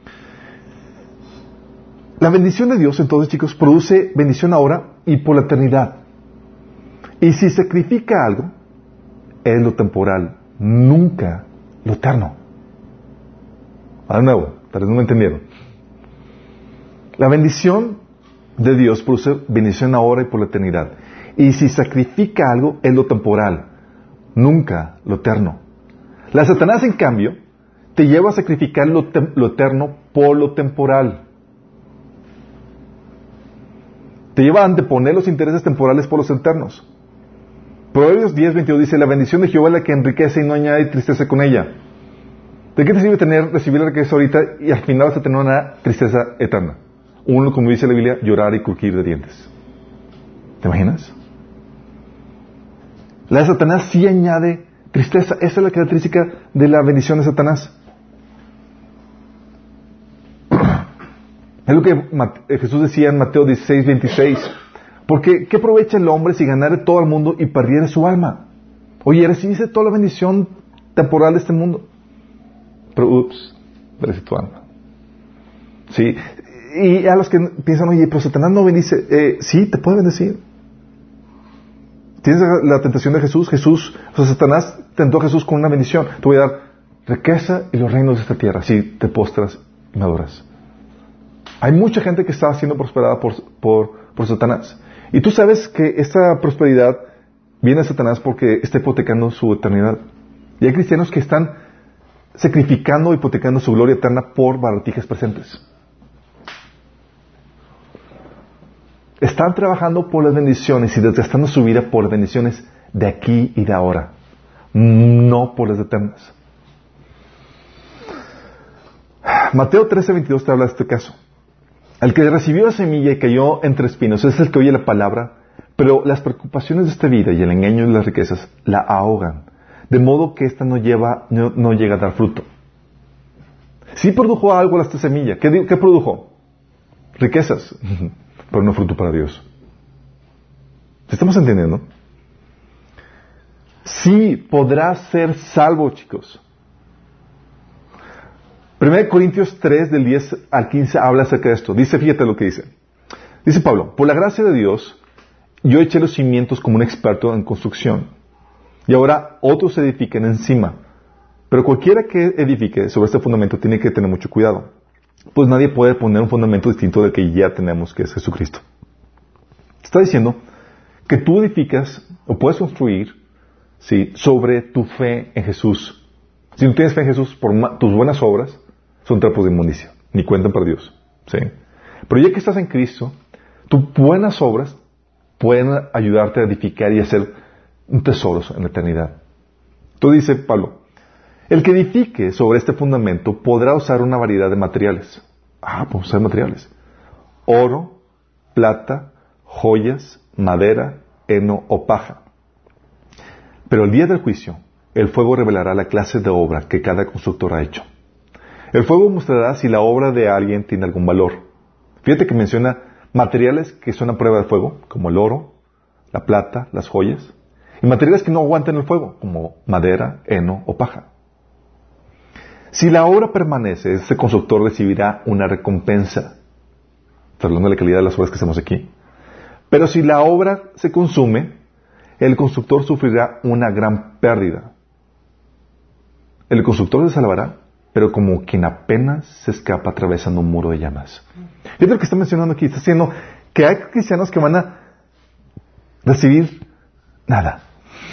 La bendición de Dios, entonces, chicos, produce bendición ahora y por la eternidad. Y si sacrifica algo, es lo temporal, nunca lo eterno. A de nuevo, tal vez no me entendieron. La bendición de Dios produce bendición ahora y por la eternidad. Y si sacrifica algo, es lo temporal, nunca lo eterno. La Satanás, en cambio, te lleva a sacrificar lo, lo eterno por lo temporal. Te lleva a anteponer los intereses temporales por los eternos. Proverbios diez, veintidós dice, la bendición de Jehová es la que enriquece y no añade tristeza con ella. ¿De qué te sirve tener, recibir la riqueza ahorita y al final vas a tener una tristeza eterna? Uno, como dice la Biblia, llorar y crujir de dientes. ¿Te imaginas? La de Satanás sí añade tristeza. Esa es la característica de la bendición de Satanás. Es lo que Jesús decía en Mateo dieciséis, veintiséis. Porque, ¿qué aprovecha el hombre si ganare todo el mundo y perdiere su alma? Oye, recibiste toda la bendición temporal de este mundo, pero, ups, perece tu alma. Sí. Y a los que piensan, oye, pero Satanás no bendice, eh, sí, te puede bendecir. Tienes la tentación de Jesús, Jesús, o sea, Satanás tentó a Jesús con una bendición. Te voy a dar riqueza y los reinos de esta tierra, si te postras y me adoras. Hay mucha gente que está siendo prosperada por, por, por Satanás. Y tú sabes que esta prosperidad viene de Satanás porque está hipotecando su eternidad. Y hay cristianos que están sacrificando, hipotecando su gloria eterna por baratijas presentes. Están trabajando por las bendiciones y desgastando su vida por las bendiciones de aquí y de ahora, no por las eternas. Mateo trece, veintidós te habla de este caso. El que recibió la semilla y cayó entre espinos es el que oye la palabra, pero las preocupaciones de esta vida y el engaño de las riquezas la ahogan, de modo que ésta no, lleva, no, no llega a dar fruto. Sí produjo algo esta semilla. ¿Qué, qué produjo? Riquezas. Pero no fruto para Dios. ¿Estamos entendiendo? Sí, podrás ser salvo, chicos. primera Corintios tres, del diez al quince, habla acerca de esto. Dice, fíjate lo que dice. Dice Pablo, por la gracia de Dios, yo eché los cimientos como un experto en construcción. Y ahora otros edifican encima. Pero cualquiera que edifique sobre este fundamento tiene que tener mucho cuidado. Pues nadie puede poner un fundamento distinto del que ya tenemos, que es Jesucristo. Está diciendo que tú edificas o puedes construir, ¿sí?, sobre tu fe en Jesús. Si no tienes fe en Jesús, por ma- tus buenas obras son trapos de inmundicia, ni cuentan para Dios, ¿sí? Pero ya que estás en Cristo, tus buenas obras pueden ayudarte a edificar y hacer un tesoro en la eternidad. Entonces dice Pablo, el que edifique sobre este fundamento podrá usar una variedad de materiales. Ah, pues usar materiales. Oro, plata, joyas, madera, heno o paja. Pero el día del juicio, el fuego revelará la clase de obra que cada constructor ha hecho. El fuego mostrará si la obra de alguien tiene algún valor. Fíjate que menciona materiales que son a prueba de fuego, como el oro, la plata, las joyas, y materiales que no aguantan el fuego, como madera, heno o paja. Si la obra permanece, ese constructor recibirá una recompensa. Está hablando de la calidad de las obras que hacemos aquí. Pero si la obra se consume, el constructor sufrirá una gran pérdida. El constructor se salvará, pero como quien apenas se escapa atravesando un muro de llamas. Fíjate lo que está mencionando aquí. Está diciendo que hay cristianos que van a recibir nada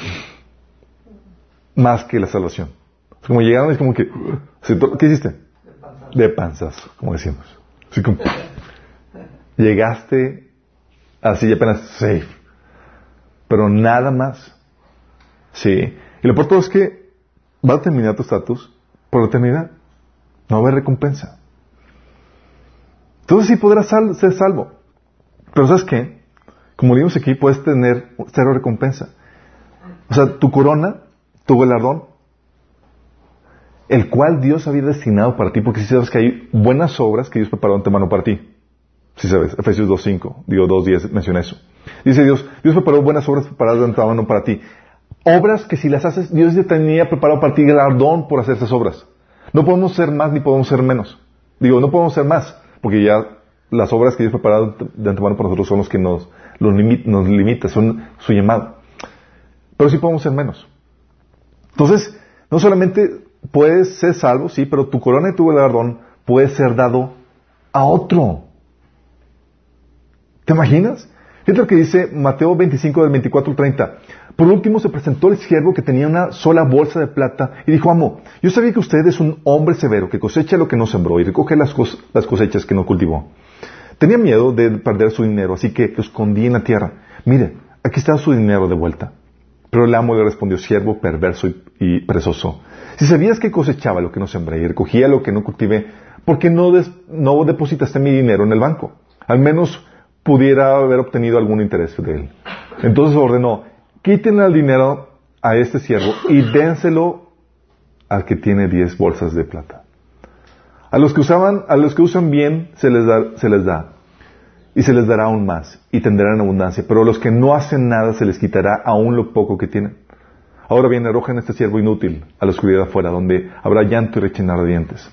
más que la salvación. Como llegaron, es como que, ¿qué hiciste? De panzazo, como decimos. Así como, llegaste así apenas safe. Pero nada más. Sí. Y lo peor todo es que va a terminar tu estatus por la eternidad. No va a haber recompensa. Entonces sí podrás sal- ser salvo. Pero ¿sabes qué? Como vimos aquí, puedes tener cero recompensa. O sea, tu corona, tu galardón, el cual Dios había destinado para ti, porque si sabes que hay buenas obras que Dios preparó de antemano para ti. Si sabes, Efesios dos cinco, digo dos diez menciona eso. Dice Dios, Dios preparó buenas obras preparadas de antemano para ti. Obras que si las haces, Dios ya tenía preparado para ti galardón por hacer esas obras. No podemos ser más ni podemos ser menos. Digo, no podemos ser más, porque ya las obras que Dios preparado de antemano para nosotros son los que nos, los limit, nos limita, son su llamado. Pero sí podemos ser menos. Entonces, no solamente puedes ser salvo, sí, pero tu corona y tu galardón puede ser dado a otro. ¿Te imaginas? Fíjate lo que dice Mateo veinticinco del veinticuatro al treinta. Por último se presentó el siervo que tenía una sola bolsa de plata y dijo, amo, yo sabía que usted es un hombre severo que cosecha lo que no sembró y recoge las, cos- las cosechas que no cultivó. Tenía miedo de perder su dinero, así que lo escondí en la tierra. Mire, aquí está su dinero de vuelta. Pero el amo le respondió, siervo perverso y, y perezoso. Si sabías que cosechaba lo que no sembré y recogía lo que no cultivé, ¿por qué no, des- no depositaste mi dinero en el banco? Al menos pudiera haber obtenido algún interés de él. Entonces ordenó, quítenle el dinero a este siervo y dénselo al que tiene diez bolsas de plata. A los que usaban, a los que usan bien se les da, se les da, y se les dará aún más, y tendrán abundancia, pero a los que no hacen nada se les quitará aún lo poco que tienen. Ahora bien, arrojen este siervo inútil a la oscuridad afuera, donde habrá llanto y rechinar de dientes.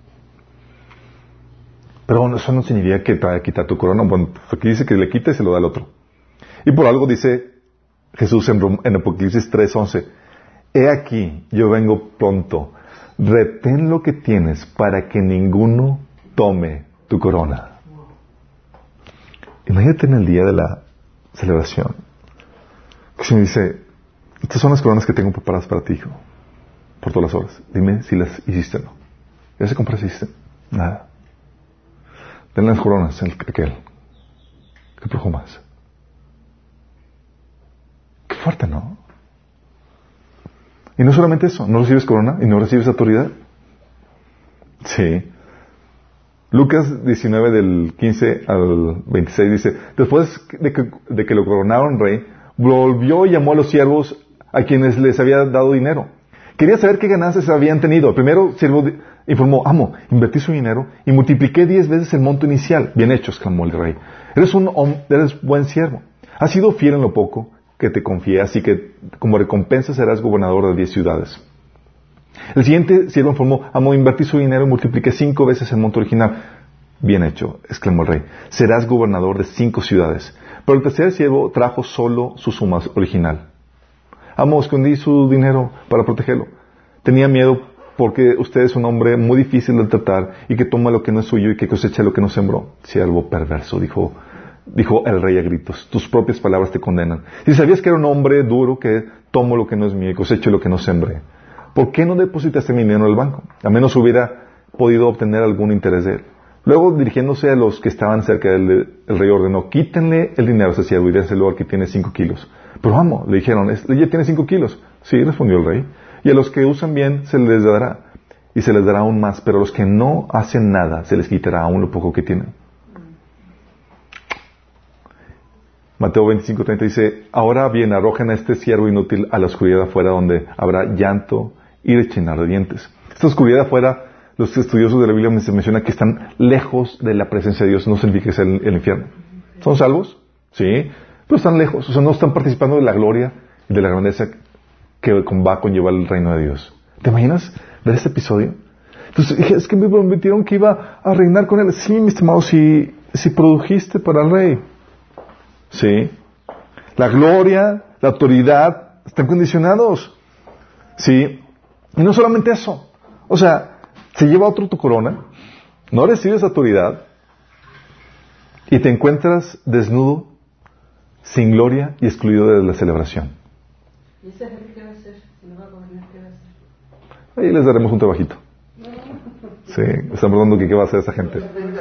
Pero bueno, eso no significa que te va a quitar tu corona. Bueno, aquí dice que le quita y se lo da al otro. Y por algo dice Jesús en, Rom- en Apocalipsis tres once, he aquí, yo vengo pronto, retén lo que tienes para que ninguno tome tu corona. Imagínate en el día de la celebración. Que se me dice, estas son las coronas que tengo preparadas para ti, hijo, por todas las horas. Dime si las hiciste o no. ¿Ya se compraste? Nada. Den las coronas, el, aquel. ¿Qué perfumas? Qué fuerte, ¿no? Y no solamente eso, no recibes corona y no recibes autoridad. Sí. Lucas diecinueve del quince al veintiséis dice, después de que, de que lo coronaron rey, volvió y llamó a los siervos a quienes les había dado dinero. Quería saber qué ganancias habían tenido. El primero siervo informó, amo, invertí su dinero y multipliqué diez veces el monto inicial. Bien hecho, exclamó el rey. Eres un hom- eres buen siervo. Has sido fiel en lo poco que te confié, así que como recompensa serás gobernador de diez ciudades. El siguiente siervo informó, amo, invertí su dinero y multipliqué cinco veces el monto original. Bien hecho, exclamó el rey. Serás gobernador de cinco ciudades. Pero el tercer siervo trajo solo su suma original. Amo, escondí su dinero para protegerlo. Tenía miedo porque usted es un hombre muy difícil de tratar y que toma lo que no es suyo y que cosecha lo que no sembró. Siervo perverso, dijo, dijo el rey a gritos. Tus propias palabras te condenan. Si sabías que era un hombre duro que tomo lo que no es mío y cosecho lo que no sembré, ¿por qué no depositaste mi dinero en el banco? A menos hubiera podido obtener algún interés de él. Luego, dirigiéndose a los que estaban cerca del el rey ordenó, quítenle el dinero a ese siervo y déselo al que tiene cinco kilos. Pero amo, le dijeron, ella tiene cinco kilos. Sí, respondió el rey. Y a los que usan bien se les dará, y se les dará aún más, pero a los que no hacen nada se les quitará aún lo poco que tienen. Mateo veinticinco treinta dice, ahora bien, arrojen a este siervo inútil a la oscuridad afuera, donde habrá llanto y rechinar de dientes. Esta oscuridad afuera, los estudiosos de la Biblia se menciona que están lejos de la presencia de Dios, no significa que sea el, el infierno. ¿Son salvos? Sí, pero están lejos, o sea, no están participando de la gloria y de la grandeza que va a conllevar el reino de Dios. ¿Te imaginas ver este episodio? Entonces dije, es que me prometieron que iba a reinar con él. Sí, mi estimado, si, si produjiste para el rey. Sí. La gloria, la autoridad, están condicionados. Sí. Y no solamente eso. O sea, se lleva otro tu corona, no recibes autoridad y te encuentras desnudo, sin gloria y excluido de la celebración. ¿Y ese jefe qué va a hacer? Si no va a gobernar, ¿qué va a hacer? Ahí les daremos un trabajito. Sí, están preguntando que qué va a hacer esa gente.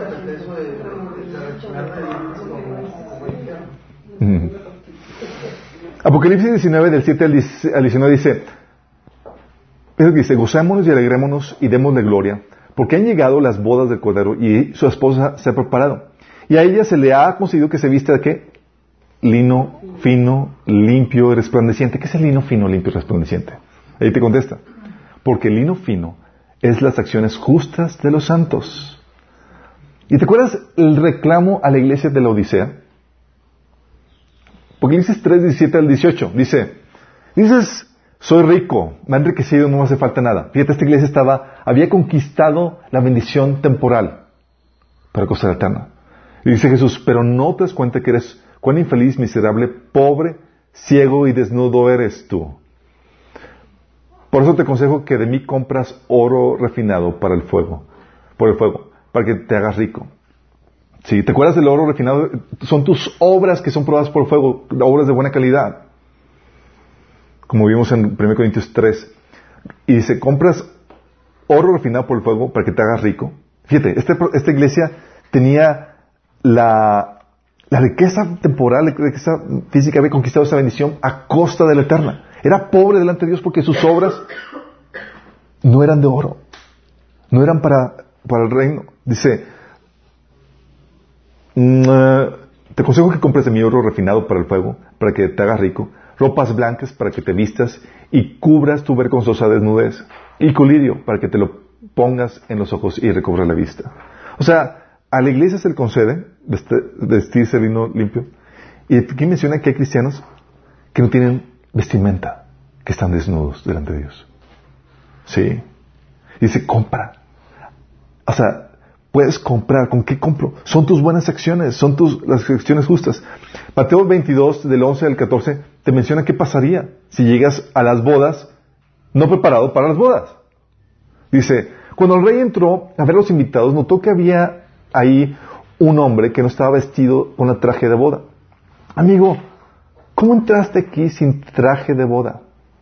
Mm. Apocalipsis diecinueve, del siete al diecinueve dice, es que dice, gocémonos y alegrémonos y démosle gloria, porque han llegado las bodas del Cordero y su esposa se ha preparado. Y a ella se le ha concedido que se viste de qué? Lino fino, limpio y resplandeciente. ¿Qué es el lino fino, limpio y resplandeciente? Ahí te contesta. Porque el lino fino es las acciones justas de los santos. ¿Y te acuerdas el reclamo a la iglesia de la Odisea? Apocalipsis tres, diecisiete al dieciocho. Dice, dices, soy rico, me ha enriquecido, no me hace falta nada. Fíjate, esta iglesia estaba, había conquistado la bendición temporal para cosa eterna. Y dice Jesús, pero no te das cuenta que eres cuán infeliz, miserable, pobre, ciego y desnudo eres tú. Por eso te aconsejo que de mí compras oro refinado para el fuego, por el fuego, para que te hagas rico. Si te acuerdas del oro refinado, son tus obras que son probadas por el fuego, obras de buena calidad. Como vimos en primera Corintios tres. Y dice, compras oro refinado por el fuego para que te hagas rico. Fíjate, este, esta iglesia tenía la, la riqueza temporal, la riqueza física, había conquistado esa bendición a costa de la eterna. Era pobre delante de Dios porque sus obras no eran de oro, no eran para, para el reino. Dice, mm, te aconsejo que compres de mi oro refinado para el fuego, para que te hagas rico, ropas blancas para que te vistas y cubras tu vergonzosa desnudez, y colirio para que te lo pongas en los ojos y recobres la vista. O sea, a la iglesia se le concede vestirse lino limpio, y aquí menciona que hay cristianos que no tienen vestimenta, que están desnudos delante de Dios. Sí. Dice, compra. O sea, puedes comprar. ¿Con qué compro? Son tus buenas acciones, son tus las acciones justas. Mateo veintidós, del once al catorce, te menciona qué pasaría si llegas a las bodas no preparado para las bodas. Dice, cuando el rey entró a ver a los invitados, notó que había ahí un hombre que no estaba vestido con el traje de boda. Amigo, ¿cómo entraste aquí sin traje de boda?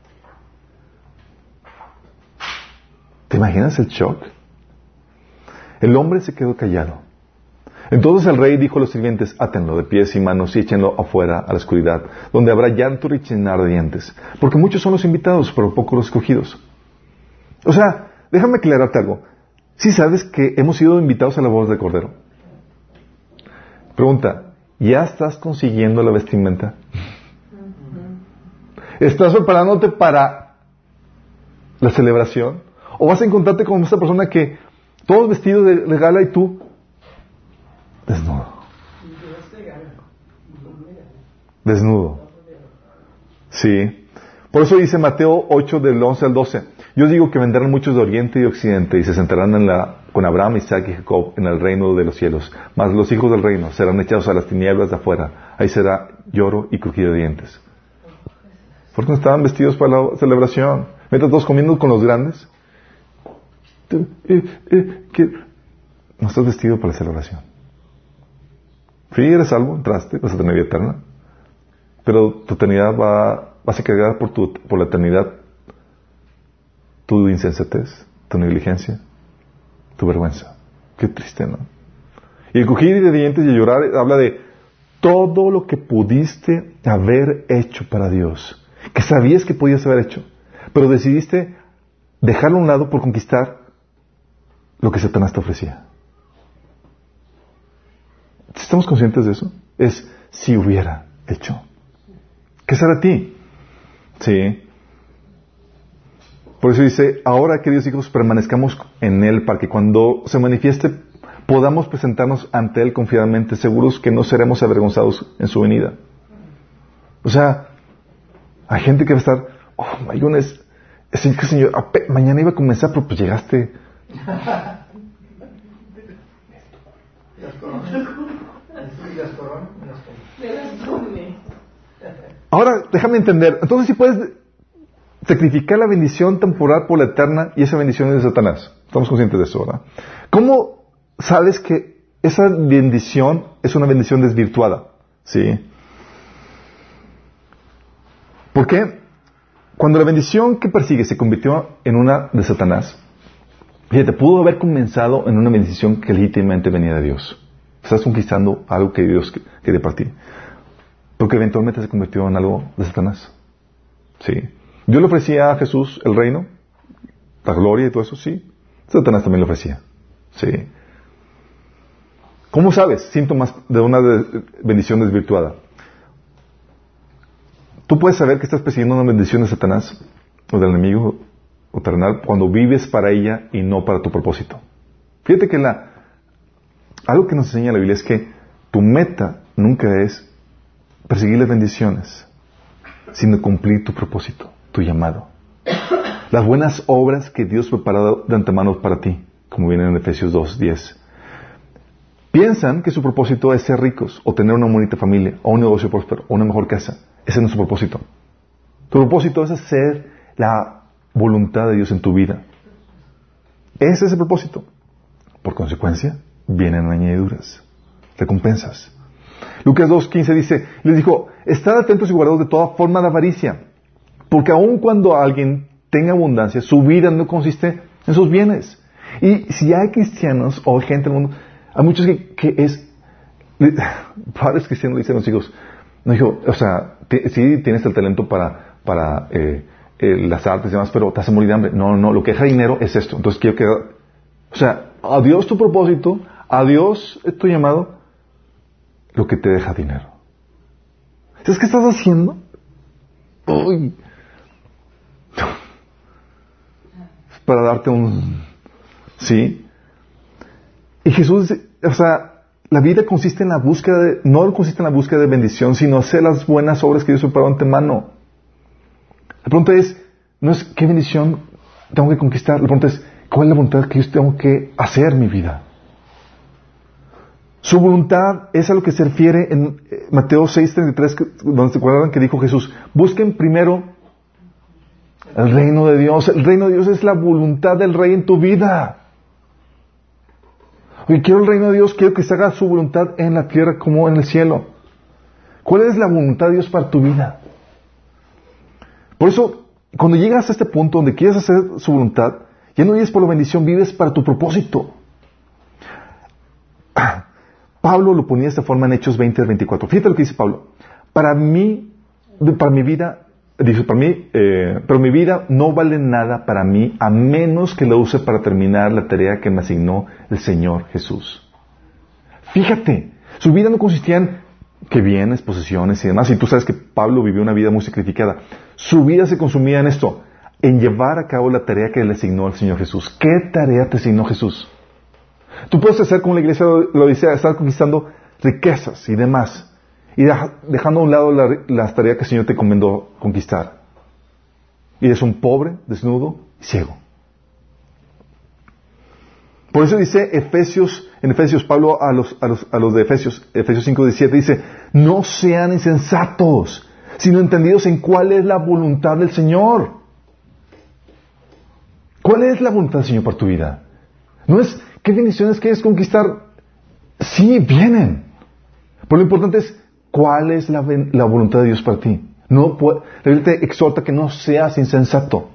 ¿Te imaginas el shock? El hombre se quedó callado. Entonces el rey dijo a los sirvientes, átenlo de pies y manos y échenlo afuera a la oscuridad, donde habrá llanto y rechinar de dientes, porque muchos son los invitados, pero pocos los escogidos. O sea, déjame aclararte algo. ¿Sí sabes que hemos sido invitados a la boda del Cordero? Pregunta, ¿ya estás consiguiendo la vestimenta? ¿Estás preparándote para la celebración? ¿O vas a encontrarte con esta persona que todos vestidos de, de gala y tú desnudo? Desnudo. Sí. Por eso dice Mateo ocho, del once al doce. Yo digo que vendrán muchos de oriente y occidente y se sentarán en la, con Abraham, Isaac y Jacob en el reino de los cielos. Mas los hijos del reino serán echados a las tinieblas de afuera. Ahí será lloro y crujido de dientes. Porque no estaban vestidos para la celebración. Mientras todos comiendo con los grandes. Tú, eh, eh, ¿qué? No estás vestido para la celebración. Sí, eres salvo, entraste, vas a tener vida eterna. Pero tu eternidad va, vas a cargar por, tu, por la eternidad tu insensatez, tu negligencia, tu vergüenza. Qué triste, ¿no? Y el crujir de dientes y el llorar habla de todo lo que pudiste haber hecho para Dios, que sabías que podías haber hecho, pero decidiste dejarlo a un lado por conquistar lo que Satanás te ofrecía. ¿Estamos conscientes de eso? Es si hubiera hecho. ¿Qué será a ti? Sí. Por eso dice, ahora, queridos hijos, permanezcamos en Él para que cuando se manifieste podamos presentarnos ante Él confiadamente, seguros que no seremos avergonzados en su venida. O sea, hay gente que va a estar, oh my goodness, Señor, señor, mañana iba a comenzar, pero pues llegaste. Ahora, déjame entender, entonces si puedes sacrificar la bendición temporal por la eterna y esa bendición es de Satanás. Estamos conscientes de eso, ¿verdad? ¿Cómo sabes que esa bendición es una bendición desvirtuada? ¿Sí? ¿Por qué? Cuando la bendición que persigue se convirtió en una de Satanás, fíjate, pudo haber comenzado en una bendición que legítimamente venía de Dios. Estás conquistando algo que Dios quiere para ti. Porque eventualmente se convirtió en algo de Satanás. ¿Sí? Dios le ofrecía a Jesús el reino, la gloria y todo eso, sí. Satanás también le ofrecía. Sí. ¿Cómo sabes? Síntomas de una de bendición desvirtuada. Tú puedes saber que estás persiguiendo una bendición de Satanás o del enemigo o terrenal cuando vives para ella y no para tu propósito. Fíjate que la, algo que nos enseña la Biblia es que tu meta nunca es perseguir las bendiciones, sino cumplir tu propósito, tu llamado. Las buenas obras que Dios preparó de antemano para ti, como viene en Efesios dos diez. Piensan que su propósito es ser ricos, o tener una bonita familia, o un negocio próspero, o una mejor casa. Ese no es su propósito. Tu propósito es hacer la voluntad de Dios en tu vida. Ese es el propósito. Por consecuencia, vienen añadiduras, recompensas. Lucas dos quince dice, les dijo, estad atentos y guardados de toda forma de avaricia, porque aun cuando alguien tenga abundancia, su vida no consiste en sus bienes. Y si hay cristianos o gente en el mundo, hay muchos que, que es, padres cristianos le dicen a los hijos, no dijo, o sea, t- sí tienes el talento para, para eh, eh, las artes y demás, pero te hace morir de hambre. No, no, lo que deja dinero es esto. Entonces quiero que, o sea, a Dios tu propósito, a Dios tu llamado, lo que te deja dinero. ¿Sabes qué estás haciendo? Uy. Para darte un... ¿Sí? Y Jesús, o sea, la vida consiste en la búsqueda de... No consiste en la búsqueda de bendición, sino hacer las buenas obras que Dios preparó antemano. La pregunta es, no es qué bendición tengo que conquistar. La pregunta es, ¿cuál es la voluntad que yo tengo que hacer en mi vida? Su voluntad es a lo que se refiere en Mateo seis treinta y tres, donde se acuerdan que dijo Jesús, busquen primero el reino de Dios. El reino de Dios es la voluntad del Rey en tu vida. Oye, quiero el reino de Dios, quiero que se haga su voluntad en la tierra como en el cielo. ¿Cuál es la voluntad de Dios para tu vida? Por eso, cuando llegas a este punto donde quieres hacer su voluntad, ya no vives por la bendición, vives para tu propósito. Pablo lo ponía de esta forma en Hechos veinte veinticuatro. Fíjate lo que dice Pablo. Para mí, para mi vida, dice, para mí, eh, pero mi vida no vale nada para mí a menos que la use para terminar la tarea que me asignó el Señor Jesús. Fíjate, su vida no consistía en que bienes, posesiones y demás. Y tú sabes que Pablo vivió una vida muy sacrificada. Su vida se consumía en esto, en llevar a cabo la tarea que le asignó el Señor Jesús. ¿Qué tarea te asignó Jesús? Tú puedes hacer como la iglesia lo dice, estar conquistando riquezas y demás, y deja, dejando a un lado la, las tareas que el Señor te encomendó conquistar. Y eres un pobre, desnudo y ciego. Por eso dice Efesios, en Efesios, Pablo a los, a los, a los de Efesios, Efesios cinco diecisiete dice, no sean insensatos, sino entendidos en cuál es la voluntad del Señor. ¿Cuál es la voluntad del Señor para tu vida? No es qué bendiciones quieres conquistar. Sí, vienen. Pero lo importante es cuál es la, la voluntad de Dios para ti. No puede, la Biblia te exhorta que no seas insensato.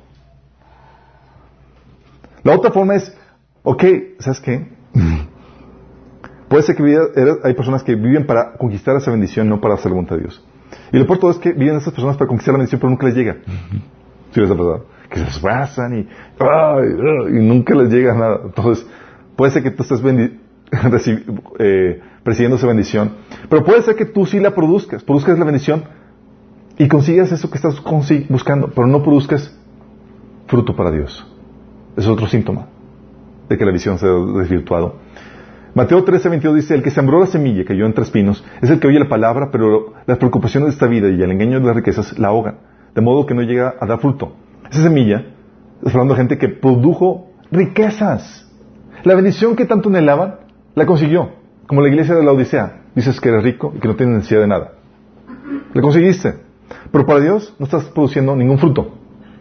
La otra forma es, ok, ¿sabes qué? Puede ser que viva, hay personas que viven para conquistar esa bendición, no para hacer la voluntad de Dios. Y lo peor todo es que viven esas personas para conquistar la bendición, pero nunca les llega. ¿Sí les ha pasado? Que se esfuerzan y, ay, ay, y nunca les llega nada. Entonces, puede ser que tú estés bendi- eh, persiguiendo esa bendición, pero puede ser que tú sí la produzcas, produzcas la bendición y consigas eso que estás buscando, pero no produzcas fruto para Dios. Es otro síntoma de que la visión se ha desvirtuado. Mateo trece veintidós dice: el que sembró la semilla, cayó entre espinos, es el que oye la palabra, pero las preocupaciones de esta vida y el engaño de las riquezas la ahogan, de modo que no llega a dar fruto. Esa semilla, está hablando de gente que produjo riquezas. La bendición que tanto anhelaban, la consiguió. Como la iglesia de la Odisea. Dices que eres rico y que no tienes necesidad de nada. La conseguiste. Pero para Dios no estás produciendo ningún fruto.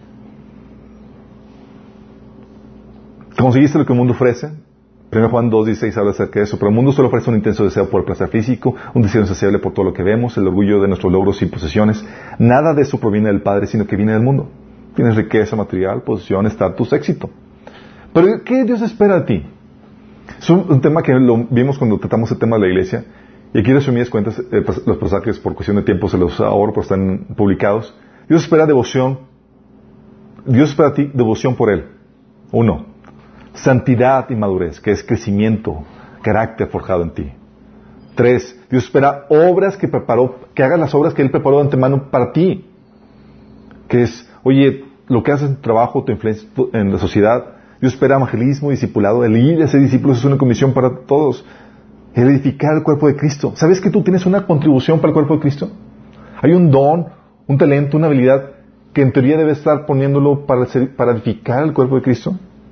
Conseguiste lo que el mundo ofrece. primero Juan dos dieciséis habla acerca de eso. Pero el mundo solo ofrece un intenso deseo por el placer físico, un deseo insaciable por todo lo que vemos, el orgullo de nuestros logros y posesiones. Nada de eso proviene del Padre, sino que viene del mundo. Tienes riqueza material, posición, estatus, éxito. Pero ¿qué Dios espera de ti? Es un, un tema que lo vimos cuando tratamos el tema de la iglesia. Y aquí resumidas cuentas, eh, los pasajes por cuestión de tiempo se los ahorro, pero están publicados. Dios espera devoción. Dios espera a ti devoción por Él. Uno, santidad y madurez, que es crecimiento, carácter forjado en ti. Tres, Dios espera obras que preparó, que hagas las obras que Él preparó de antemano para ti. Que es, oye, lo que haces en tu trabajo, tu influencia en la sociedad. Dios espera evangelismo, discipulado, el ir a ser discípulos es una comisión para todos. El edificar el cuerpo de Cristo. ¿Sabes que tú tienes una contribución para el cuerpo de Cristo? Hay un don, un talento, una habilidad que en teoría debe estar poniéndolo para, ser, para edificar el cuerpo de Cristo.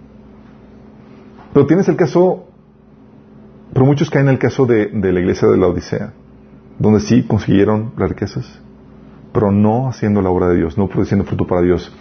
Pero tienes el caso, pero muchos caen en el caso de, de la iglesia de la Odisea, donde sí consiguieron las riquezas, pero no haciendo la obra de Dios, no produciendo fruto para Dios.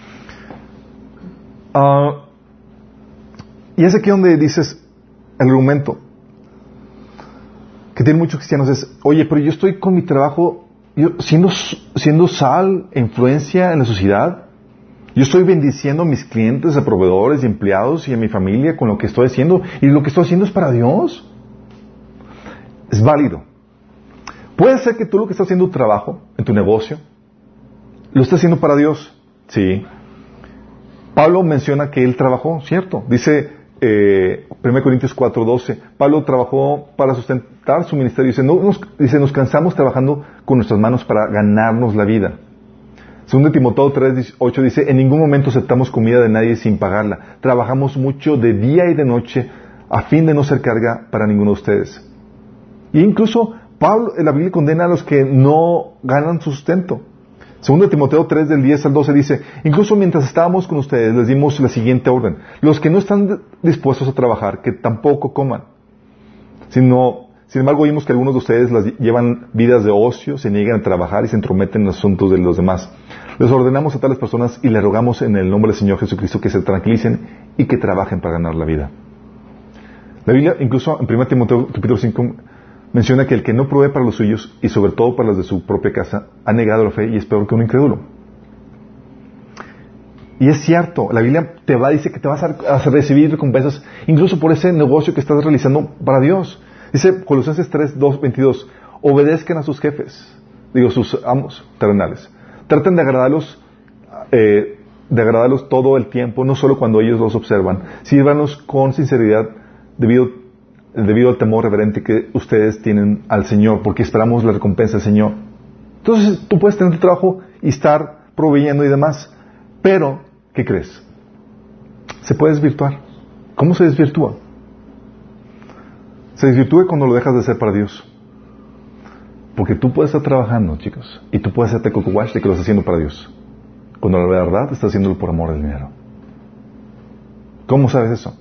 Uh, y es aquí donde dices el argumento que tienen muchos cristianos es: oye, pero yo estoy con mi trabajo, yo siendo, siendo sal e influencia en la sociedad, yo estoy bendiciendo a mis clientes, a proveedores y empleados y a mi familia con lo que estoy haciendo, y lo que estoy haciendo es para Dios. Es válido. Puede ser que tú lo que estás haciendo en tu trabajo, en tu negocio, lo estás haciendo para Dios. Sí. Pablo menciona que él trabajó, ¿cierto? Dice eh, primero Corintios cuatro doce, Pablo trabajó para sustentar su ministerio. Dice, no, nos, dice, nos cansamos trabajando con nuestras manos para ganarnos la vida. Segundo Timoteo tres ocho dice: en ningún momento aceptamos comida de nadie sin pagarla. Trabajamos mucho de día y de noche a fin de no ser carga para ninguno de ustedes. Y incluso Pablo en la Biblia condena a los que no ganan su sustento. Segundo Timoteo tres del diez al doce dice: incluso mientras estábamos con ustedes les dimos la siguiente orden: los que no están dispuestos a trabajar, que tampoco coman. Sino, sin embargo, vimos que algunos de ustedes las llevan vidas de ocio, se niegan a trabajar y se entrometen en los asuntos de los demás. Les ordenamos a tales personas y les rogamos en el nombre del Señor Jesucristo que se tranquilicen y que trabajen para ganar la vida. La Biblia, incluso en primero Timoteo capítulo cinco, menciona que el que no provee para los suyos, y sobre todo para los de su propia casa, ha negado la fe y es peor que un incrédulo. Y es cierto, la Biblia te va, dice que te vas a, a recibir recompensas, incluso por ese negocio que estás realizando para Dios. Dice Colosenses tres, dos, veintidós, obedezcan a sus jefes, digo, sus amos terrenales. Traten de agradarlos, eh, de agradarlos todo el tiempo, no solo cuando ellos los observan. Sírvanos con sinceridad debido, debido al temor reverente que ustedes tienen al Señor, porque esperamos la recompensa del Señor. Entonces, tú puedes tener tu trabajo y estar proveyendo y demás, pero, ¿qué crees? Se puede desvirtuar. ¿Cómo se desvirtúa? Se desvirtúa cuando lo dejas de hacer para Dios. Porque tú puedes estar trabajando, chicos, y tú puedes hacerte coco wash de que lo estás haciendo para Dios, cuando la verdad estás haciéndolo por amor al dinero. ¿Cómo sabes eso?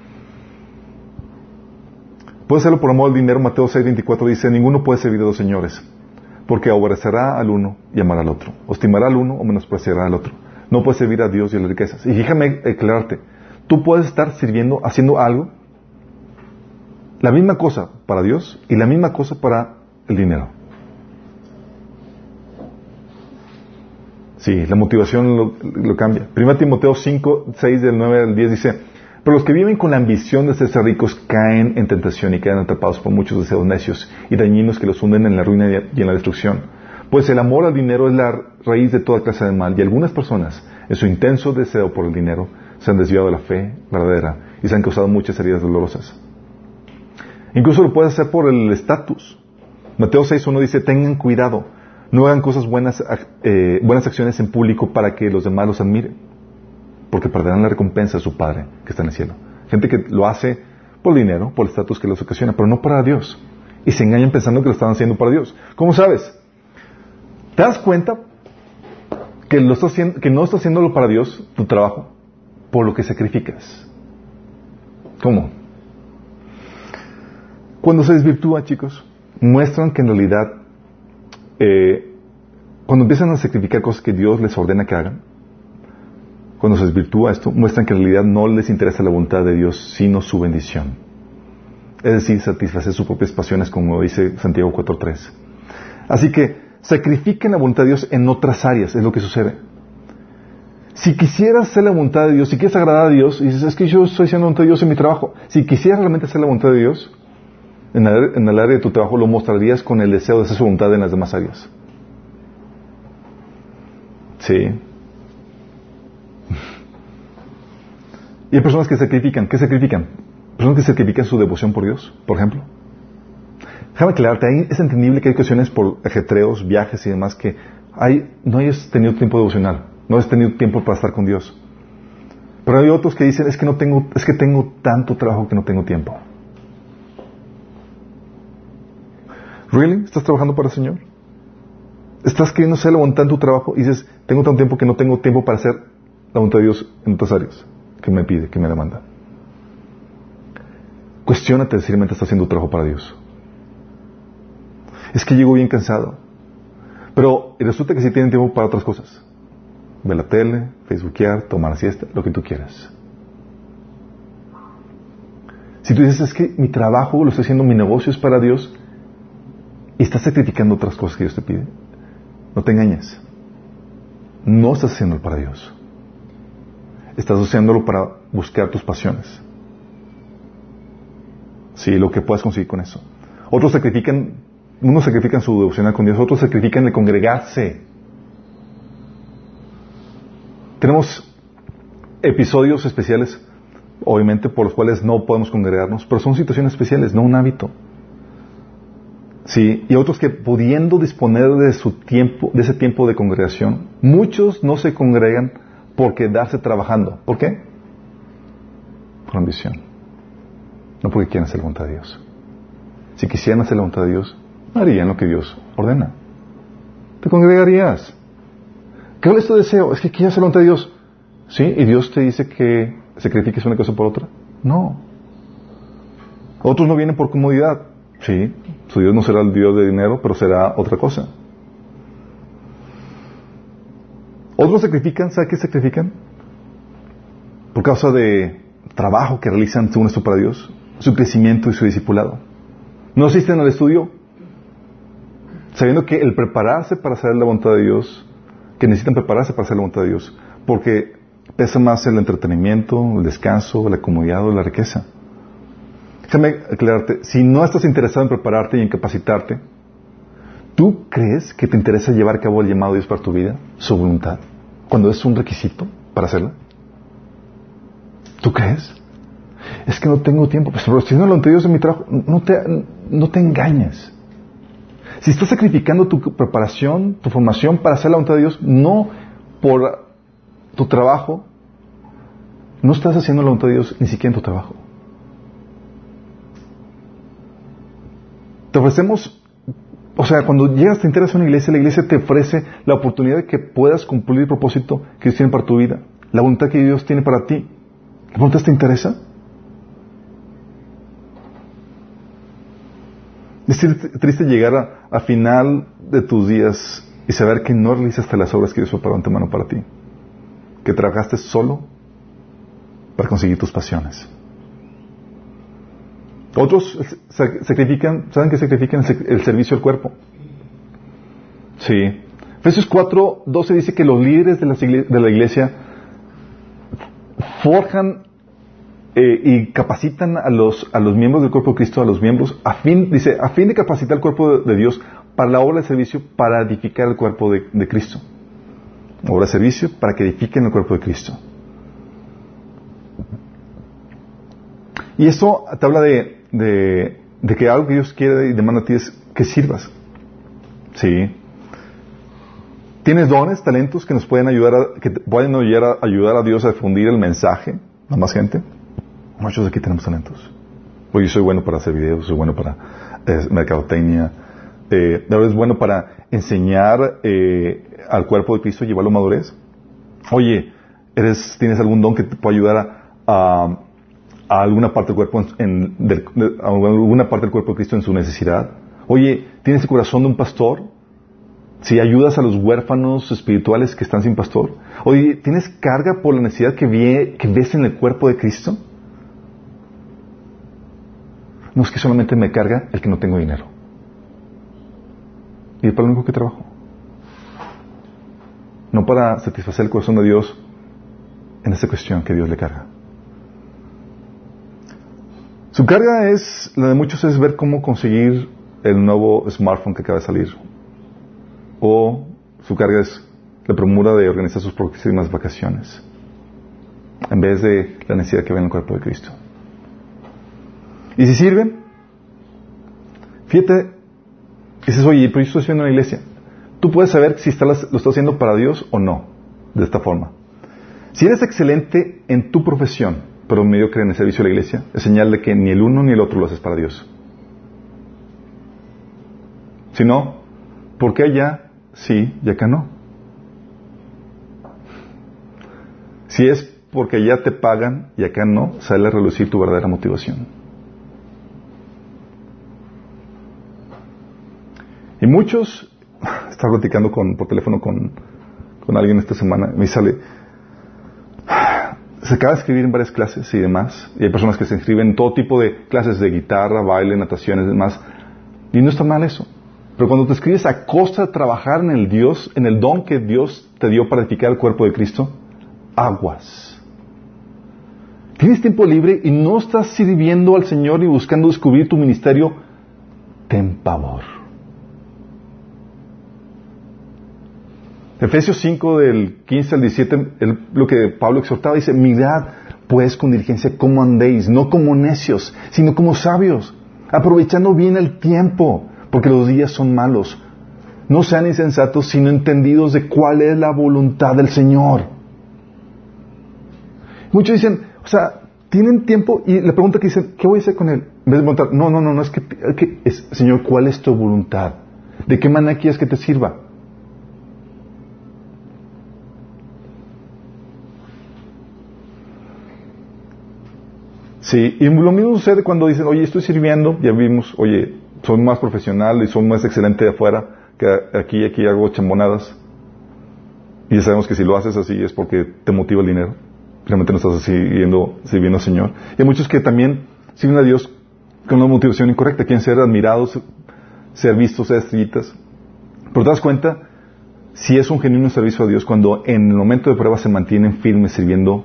Puedes hacerlo por amor al dinero. Mateo seis veinticuatro dice: ninguno puede servir a dos señores, porque aborrecerá al uno y amará al otro, o estimará al uno o menospreciará al otro. No puedes servir a Dios y a las riquezas. Y déjame aclararte, tú puedes estar sirviendo, haciendo algo, la misma cosa para Dios y la misma cosa para el dinero. Sí, la motivación lo, lo cambia. primero Timoteo cinco, seis del nueve al diez dice: Pero los que viven con la ambición de ser ricos caen en tentación y quedan atrapados por muchos deseos necios y dañinos que los hunden en la ruina y en la destrucción. Pues el amor al dinero es la raíz de toda clase de mal, y algunas personas, en su intenso deseo por el dinero, se han desviado de la fe verdadera y se han causado muchas heridas dolorosas. Incluso lo puedes hacer por el estatus. Mateo seis uno dice, tengan cuidado, no hagan cosas buenas, eh, buenas acciones en público para que los demás los admiren, porque perderán la recompensa de su Padre que está en el cielo. Gente que lo hace por dinero, por el estatus que les ocasiona, pero no para Dios. Y se engañan pensando que lo están haciendo para Dios. ¿Cómo sabes? ¿Te das cuenta que, lo estás haciendo, que no estás haciéndolo para Dios, tu trabajo, por lo que sacrificas? ¿Cómo? Cuando se desvirtúa, chicos, muestran que en realidad, eh, cuando empiezan a sacrificar cosas que Dios les ordena que hagan, cuando se desvirtúa esto, muestran que en realidad no les interesa la voluntad de Dios, sino su bendición. Es decir, satisfacer sus propias pasiones, como dice Santiago cuatro tres. Así que, sacrifiquen la voluntad de Dios en otras áreas, es lo que sucede. Si quisieras hacer la voluntad de Dios, si quieres agradar a Dios, y dices, es que yo estoy haciendo la voluntad de Dios en mi trabajo. Si quisieras realmente hacer la voluntad de Dios, en el, en el área de tu trabajo lo mostrarías con el deseo de hacer su voluntad en las demás áreas. Sí. Y hay personas que sacrifican. ¿Qué sacrifican? Personas que sacrifican su devoción por Dios, por ejemplo. Déjame aclararte, ahí es entendible que hay ocasiones por ajetreos, viajes y demás que hay, no hayas tenido tiempo devocional, no hayas tenido tiempo para estar con Dios. Pero hay otros que dicen, es que no tengo, es que tengo tanto trabajo que no tengo tiempo. ¿Really? ¿Estás trabajando para el Señor? ¿Estás queriendo hacer la voluntad en tu trabajo y dices, tengo tanto tiempo que no tengo tiempo para hacer la voluntad de Dios en otras áreas que me pide, que me demanda? Cuestiónate si realmente estás haciendo trabajo para Dios. Es que llego bien cansado. Pero resulta que sí tienen tiempo para otras cosas. Ver la tele, facebookear, tomar siesta, lo que tú quieras. Si tú dices, es que mi trabajo lo estoy haciendo, mi negocio es para Dios, y estás sacrificando otras cosas que Dios te pide, no te engañes. No estás haciéndolo para Dios. Estás haciéndolo para buscar tus pasiones. Sí, lo que puedas conseguir con eso. Otros sacrifican Unos sacrifican su devocional con Dios, otros sacrifican el congregarse. Tenemos episodios especiales, obviamente, por los cuales no podemos congregarnos, pero son situaciones especiales, no un hábito. Sí, y otros que pudiendo disponer de su tiempo, de ese tiempo de congregación, muchos no se congregan por quedarse trabajando. ¿Por qué? Por ambición. No porque quieran hacer la voluntad de Dios. Si quisieran hacer la voluntad de Dios, harían lo que Dios ordena. Te congregarías. ¿Cuál es tu deseo? Es que quieres hacer la voluntad de Dios. ¿Sí? ¿Y Dios te dice que sacrifiques una cosa por otra? No. Otros no vienen por comodidad. Sí. Su Dios no será el Dios de dinero, pero será otra cosa. Otros sacrifican. ¿Sabe qué sacrifican? Por causa de trabajo que realizan según esto para Dios, su crecimiento y su discipulado. No asisten al estudio sabiendo que el prepararse para hacer la voluntad de Dios, que necesitan prepararse para hacer la voluntad de Dios, porque pesa más el entretenimiento, el descanso, la comodidad o la riqueza. Déjame aclararte, si no estás interesado en prepararte y en capacitarte, ¿tú crees que te interesa llevar a cabo el llamado de Dios para tu vida, su voluntad, cuando es un requisito para hacerla? ¿Tú crees? Es que no tengo tiempo. Pues, pero si no lo voluntad de Dios en mi trabajo, no te, no te engañes. Si estás sacrificando tu preparación, tu formación para hacer la voluntad de Dios, no por tu trabajo, no estás haciendo la voluntad de Dios ni siquiera en tu trabajo. Te ofrecemos, o sea, cuando llegas, te interesas en una iglesia, la iglesia te ofrece la oportunidad de que puedas cumplir el propósito que Dios tiene para tu vida, la voluntad que Dios tiene para ti. ¿La voluntad te interesa? Es triste llegar a, a final de tus días y saber que no realizaste las obras que Dios preparó antemano para ti. Que trabajaste solo para conseguir tus pasiones. Otros sacrifican, ¿saben qué sacrifican? El servicio al cuerpo. Sí. Efesios cuatro doce dice que los líderes de la iglesia, de la iglesia forjan eh, y capacitan a los, a los miembros del cuerpo de Cristo, a los miembros, a fin, dice, a fin de capacitar el cuerpo de, de Dios para la obra de servicio, para edificar el cuerpo de, de Cristo. Obra de servicio para que edifiquen el cuerpo de Cristo. Y eso te habla de, de, de que algo que Dios quiere y demanda a ti es que sirvas. Sí. Tienes dones, talentos que nos pueden ayudar a, que te pueden ayudar a, ayudar a Dios a difundir el mensaje a más gente. Muchos de aquí tenemos talentos. Pues yo soy bueno para hacer videos, soy bueno para eh, mercadotecnia. Eh, es bueno para enseñar eh, al cuerpo de Cristo, llevarlo a madurez. Oye, eres, ¿tienes algún don que te pueda ayudar a, a, a alguna parte del cuerpo en, del, de, a alguna parte del cuerpo de Cristo en su necesidad? Oye, ¿tienes el corazón de un pastor? Si ayudas a los huérfanos espirituales que están sin pastor. Oye, ¿tienes carga por la necesidad que, ve, que ves en el cuerpo de Cristo? No es que solamente me carga el que no tengo dinero. Y es para lo único que trabajo. No para satisfacer el corazón de Dios en esta cuestión que Dios le carga. Su carga es, la de muchos, es ver cómo conseguir el nuevo smartphone que acaba de salir. O su carga es la premura de organizar sus próximas vacaciones, en vez de la necesidad que ve en el cuerpo de Cristo. Y si sirven, fíjate, dices, oye, pero yo estoy sirviendo en la iglesia. Tú puedes saber si estás, lo estás haciendo para Dios o no, de esta forma. Si eres excelente en tu profesión, pero mediocre en el servicio de la iglesia, es señal de que ni el uno ni el otro lo haces para Dios. Si no, ¿por qué allá sí y acá no? Si es porque allá te pagan y acá no, sale a relucir tu verdadera motivación. Y muchos, estaba platicando con, por teléfono con, con alguien esta semana, me sale, se acaba de escribir en varias clases y demás, y hay personas que se inscriben en todo tipo de clases de guitarra, baile, nataciones y demás, y no está mal eso. Pero cuando te escribes a costa de trabajar en el Dios, en el don que Dios te dio para edificar el cuerpo de Cristo, aguas. Tienes tiempo libre y no estás sirviendo al Señor y buscando descubrir tu ministerio, ten pavor. Efesios cinco, del quince al diecisiete, el, lo que Pablo exhortaba, dice, mirad pues con diligencia cómo andéis, no como necios, sino como sabios, aprovechando bien el tiempo, porque los días son malos. No sean insensatos, sino entendidos de cuál es la voluntad del Señor. Muchos dicen, o sea, tienen tiempo, y la pregunta que dicen, ¿qué voy a hacer con él? En vez de preguntar, no, no, no, no, es que, es que es, Señor, ¿cuál es tu voluntad? ¿De qué manera quieres que te sirva? Sí, y lo mismo sucede cuando dicen, oye, estoy sirviendo, ya vimos, oye, soy más profesional y soy más excelente de afuera, que aquí aquí hago chambonadas. Y ya sabemos que si lo haces así es porque te motiva el dinero. Realmente no estás sirviendo, sirviendo al Señor. Y hay muchos que también sirven a Dios con una motivación incorrecta, quieren ser admirados, ser vistos, ser estrellitas. Pero te das cuenta si es un genuino servicio a Dios cuando en el momento de prueba se mantienen firmes sirviendo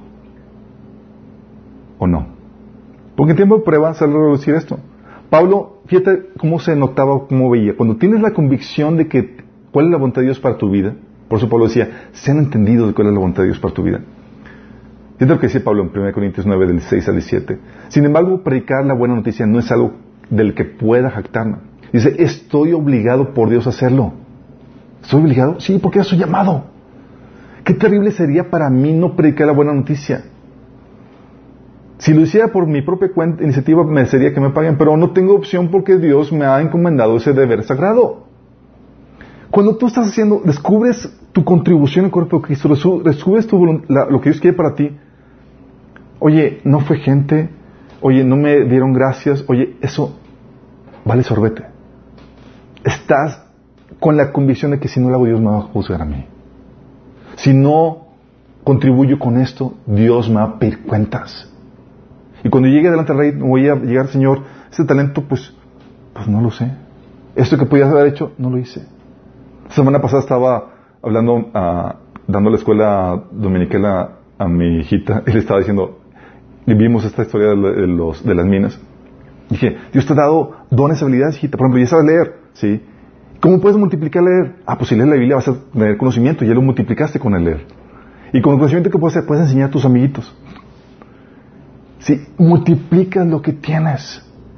o no. Porque en tiempo de prueba sale a reducir esto. Pablo, fíjate cómo se notaba, cómo veía. Cuando tienes la convicción de que cuál es la voluntad de Dios para tu vida, por eso Pablo decía, sean entendidos de cuál es la voluntad de Dios para tu vida. Fíjate lo que decía Pablo en primera Corintios nueve, del seis al diecisiete. Sin embargo, predicar la buena noticia no es algo del que pueda jactarme. Dice, estoy obligado por Dios a hacerlo. ¿Estoy obligado? Sí, porque es su llamado. Qué terrible sería para mí no predicar la buena noticia. Si lo hiciera por mi propia cuenta, iniciativa, me sería que me paguen, pero no tengo opción porque Dios me ha encomendado ese deber sagrado. Cuando tú estás haciendo, descubres tu contribución al cuerpo de Cristo, descubres tu, la, lo que Dios quiere para ti. Oye, no fue gente, oye, no me dieron gracias, oye, eso vale sorbete. Estás con la convicción de que si no lo hago, Dios me va a juzgar a mí. Si no contribuyo con esto, Dios me va a pedir cuentas. Y cuando llegue delante del Rey, voy a llegar, Señor, este talento, pues, pues no lo sé. Esto que podías haber hecho, no lo hice. La semana pasada estaba hablando, uh, dando la escuela dominical a, a mi hijita, y le estaba diciendo, y vimos esta historia de, de, los, de las minas. Dije, Dios te ha dado dones, habilidades, hijita. Por ejemplo, ya sabes leer, ¿sí? ¿Cómo puedes multiplicar leer? Ah, pues si lees la Biblia vas a tener conocimiento, ya lo multiplicaste con el leer. Y con el conocimiento que puedes hacer, puedes enseñar a tus amiguitos. Sí, multiplicas lo que tienes.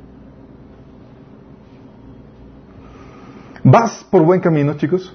¿Vas por buen camino, chicos?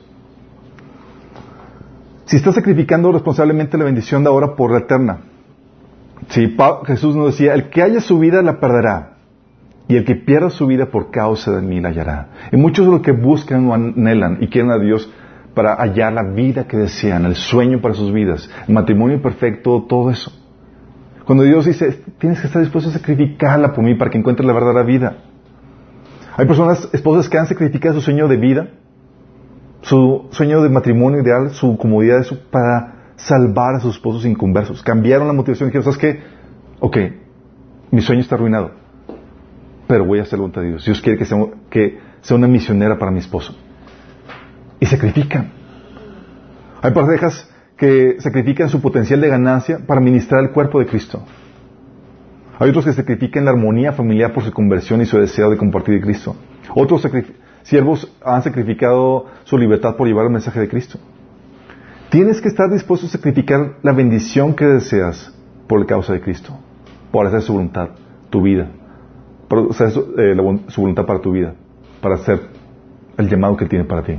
Si estás sacrificando responsablemente la bendición de ahora por la eterna. Sí, Jesús nos decía, el que haya su vida la perderá, y el que pierda su vida por causa de mí la hallará. Y muchos de los que buscan o anhelan y quieren a Dios para hallar la vida que desean, el sueño para sus vidas, el matrimonio perfecto, todo eso. Cuando Dios dice, tienes que estar dispuesto a sacrificarla por mí para que encuentres la verdadera vida. Hay personas, esposas que han sacrificado su sueño de vida, su sueño de matrimonio ideal, su comodidad, eso, para salvar a sus esposos inconversos. Cambiaron la motivación y dijeron, ¿sabes qué? Ok, mi sueño está arruinado, pero voy a hacer la voluntad de Dios. Dios quiere que sea, que sea una misionera para mi esposo. Y sacrifican. Hay parejas que sacrifican su potencial de ganancia para ministrar el cuerpo de Cristo. Hay otros que sacrifican la armonía familiar por su conversión y su deseo de compartir de Cristo. Otros siervos han sacrificado su libertad por llevar el mensaje de Cristo. Tienes que estar dispuesto a sacrificar la bendición que deseas por la causa de Cristo, por hacer su voluntad, tu vida, por hacer su, eh, la, su voluntad para tu vida, para hacer el llamado que tiene para ti.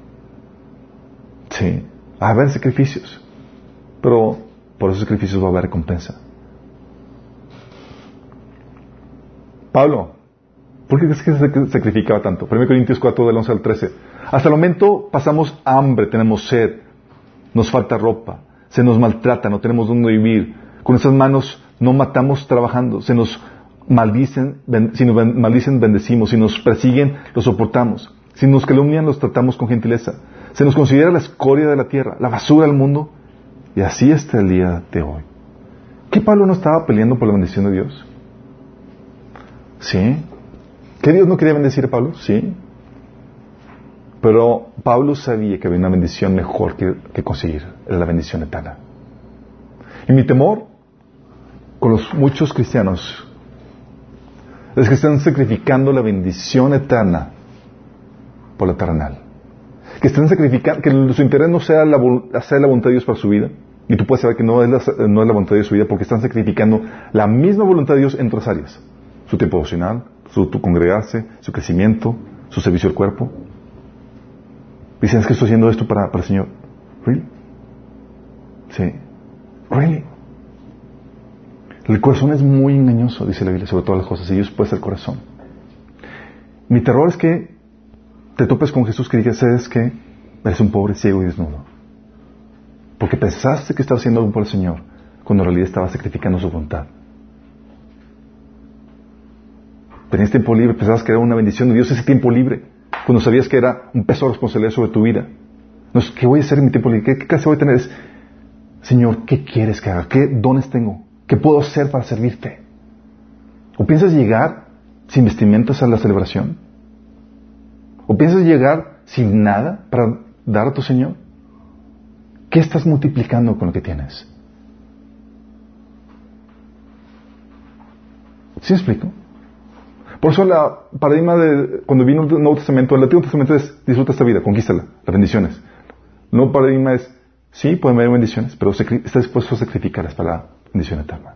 Sí, va a haber sacrificios, pero por esos sacrificios va a haber recompensa. Pablo, ¿por qué crees que se sacrificaba tanto? primera Corintios cuatro, del once al trece. Hasta el momento pasamos hambre, tenemos sed, nos falta ropa, se nos maltrata, no tenemos dónde vivir. Con esas manos no matamos trabajando, se nos maldicen, ben, si nos maldicen bendecimos, si nos persiguen los soportamos, si nos calumnian los tratamos con gentileza. Se nos considera la escoria de la tierra, la basura del mundo, y así hasta el día de hoy. ¿Qué Pablo no estaba peleando por la bendición de Dios? ¿Sí? ¿Que Dios no quería bendecir a Pablo? Sí. Pero Pablo sabía que había una bendición mejor que, que conseguir, la bendición eterna. Y mi temor con los muchos cristianos es que están sacrificando la bendición eterna por la terrenal. Que están sacrificando, que su interés no sea la, hacer la voluntad de Dios para su vida. Y tú puedes saber que no es, la, no es la voluntad de Dios su vida porque están sacrificando la misma voluntad de Dios en otras áreas. Su tiempo devocional, su, su congregarse, su crecimiento, su servicio al cuerpo. Dicen, es que estoy haciendo esto para, para el Señor. ¿Really? Sí. ¿Really? El corazón es muy engañoso, dice la Biblia, sobre todas las cosas, y Dios puede ser el corazón. Mi terror es que te topes con Jesús que digas, ¿sabes qué? Eres un pobre ciego y desnudo. Porque pensaste que estabas haciendo algo por el Señor, cuando en realidad estabas sacrificando su voluntad. Tenías tiempo libre, pensabas que era una bendición de Dios ese tiempo libre, cuando sabías que era un peso de responsabilidad sobre tu vida. No es, ¿qué voy a hacer en mi tiempo libre? ¿Qué, qué clase voy a tener? Es, Señor, ¿qué quieres que haga? ¿Qué dones tengo? ¿Qué puedo hacer para servirte? ¿O piensas llegar sin vestimentas a la celebración? ¿O piensas llegar sin nada para dar a tu Señor? ¿Qué estás multiplicando con lo que tienes? ¿Sí me explico? Por eso la paradigma de cuando vino el Nuevo Testamento, el Antiguo Testamento es disfruta esta vida, conquístala, las bendiciones. El nuevo paradigma es, sí, pueden haber bendiciones, pero está dispuesto a sacrificarlas para la bendición eterna.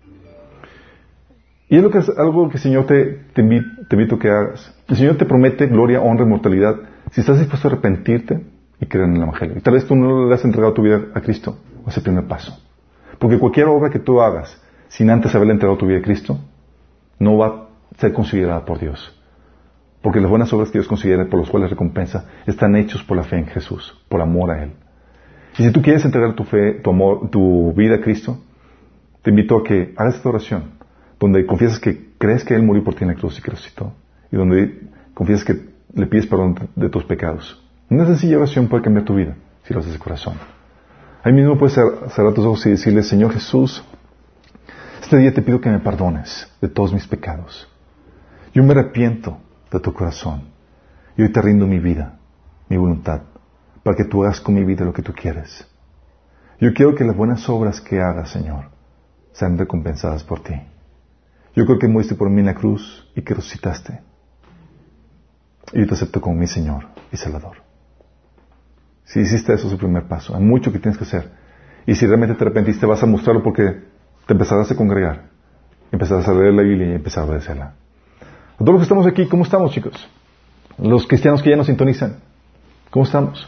Y es lo que es algo que el Señor te, te, invito, te invito a que hagas. El Señor te promete gloria, honra, inmortalidad, si estás dispuesto a arrepentirte y creer en el Evangelio. Y tal vez tú no le has entregado tu vida a Cristo, o es el primer paso. Porque cualquier obra que tú hagas, sin antes haberle entregado tu vida a Cristo, no va a ser considerada por Dios. Porque las buenas obras que Dios considera, por las cuales recompensa, están hechos por la fe en Jesús, por amor a Él. Y si tú quieres entregar tu fe, tu amor, tu vida a Cristo, te invito a que hagas esta oración, donde confiesas que crees que Él murió por ti en la cruz y que resucitó, y donde confiesas que le pides perdón de tus pecados. Una sencilla oración puede cambiar tu vida, si lo haces de corazón. Ahí mismo puedes cerrar tus ojos y decirle, Señor Jesús, este día te pido que me perdones de todos mis pecados. Yo me arrepiento de tu corazón y hoy te rindo mi vida, mi voluntad, para que tú hagas con mi vida lo que tú quieres. Yo quiero que las buenas obras que hagas, Señor, sean recompensadas por ti. Yo creo que moriste por mí en la cruz y que resucitaste. Y yo te acepto como mi Señor y Salvador. Si hiciste eso, es el primer paso. Hay mucho que tienes que hacer. Y si realmente te arrepentiste, vas a mostrarlo porque te empezarás a congregar, empezarás a leer la Biblia y empezar a obedecerla. A todos los que estamos aquí, ¿cómo estamos, chicos? Los cristianos que ya nos sintonizan, ¿cómo estamos?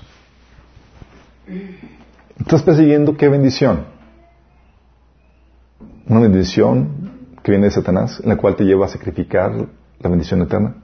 ¿Estás persiguiendo qué bendición? Una bendición que viene de Satanás, en la cual te lleva a sacrificar la bendición eterna.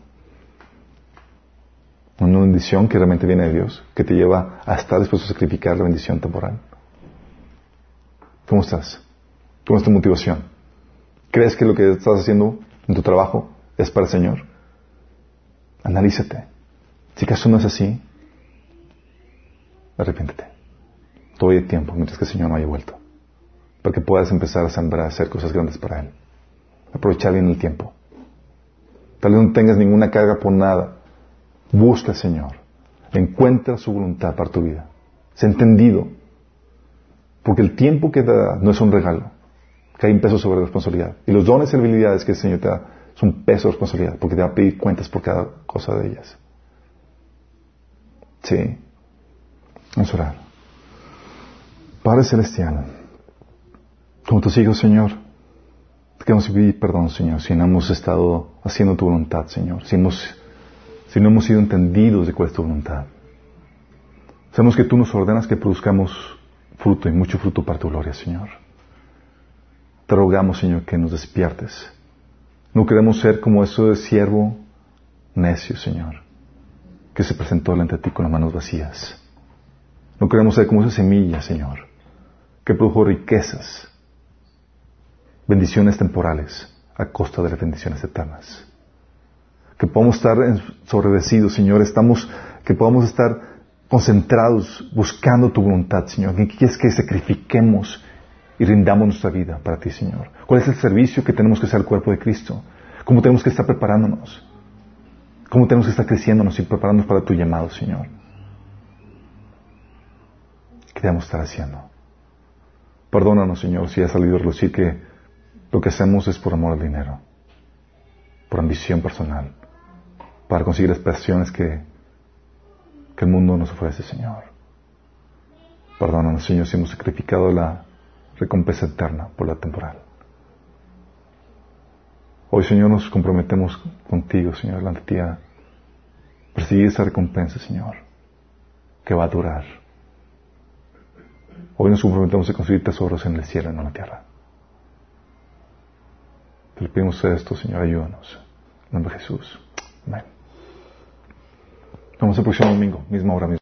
Una bendición que realmente viene de Dios, que te lleva a estar dispuesto a sacrificar la bendición temporal. ¿Cómo estás? ¿Cómo es tu motivación? ¿Crees que lo que estás haciendo en tu trabajo es para el Señor? Analízate. Si acaso no es así, arrepiéntete. Todavía hay tiempo mientras que el Señor no haya vuelto, para que puedas empezar a sembrar, a hacer cosas grandes para Él. Aprovechar bien el tiempo. Tal vez no tengas ninguna carga por nada. Busca al Señor. Encuentra su voluntad para tu vida. Sé entendido. Porque el tiempo que te da no es un regalo. Cae un peso sobre responsabilidad. Y los dones y habilidades que el Señor te da son un peso de responsabilidad, porque te va a pedir cuentas por cada cosa de ellas. Sí. Vamos a orar. Padre Celestial, como tus hijos, Señor, te queremos pedir perdón, Señor, si no hemos estado haciendo tu voluntad, Señor. Si, hemos, si no hemos sido entendidos de cuál es tu voluntad. Sabemos que tú nos ordenas que produzcamos fruto y mucho fruto para tu gloria, Señor. Te rogamos, Señor, que nos despiertes. No queremos ser como eso de siervo necio, Señor, que se presentó delante de ti con las manos vacías. No queremos ser como esa semilla, Señor, que produjo riquezas, bendiciones temporales a costa de las bendiciones eternas. Que podamos estar ensordecidos, Señor, estamos, que podamos estar concentrados buscando tu voluntad, Señor. ¿Qué quieres que sacrifiquemos y rindamos nuestra vida para ti, Señor? ¿Cuál es el servicio que tenemos que hacer al cuerpo de Cristo? ¿Cómo tenemos que estar preparándonos? ¿Cómo tenemos que estar creciéndonos y preparándonos para tu llamado, Señor? ¿Qué debemos estar haciendo? Perdónanos, Señor, si ha salido a relucir que lo que hacemos es por amor al dinero, por ambición personal, para conseguir las pasiones que, que el mundo nos ofrece, Señor. Perdónanos, Señor, si hemos sacrificado la recompensa eterna por la temporal. Hoy, Señor, nos comprometemos contigo, Señor, delante de ti a perseguir esa recompensa, Señor, que va a durar. Hoy nos comprometemos a construir tesoros en el cielo y no en la tierra. Te le pedimos esto, Señor, ayúdanos. En nombre de Jesús. Amén. Vamos el próximo domingo, misma hora, misma.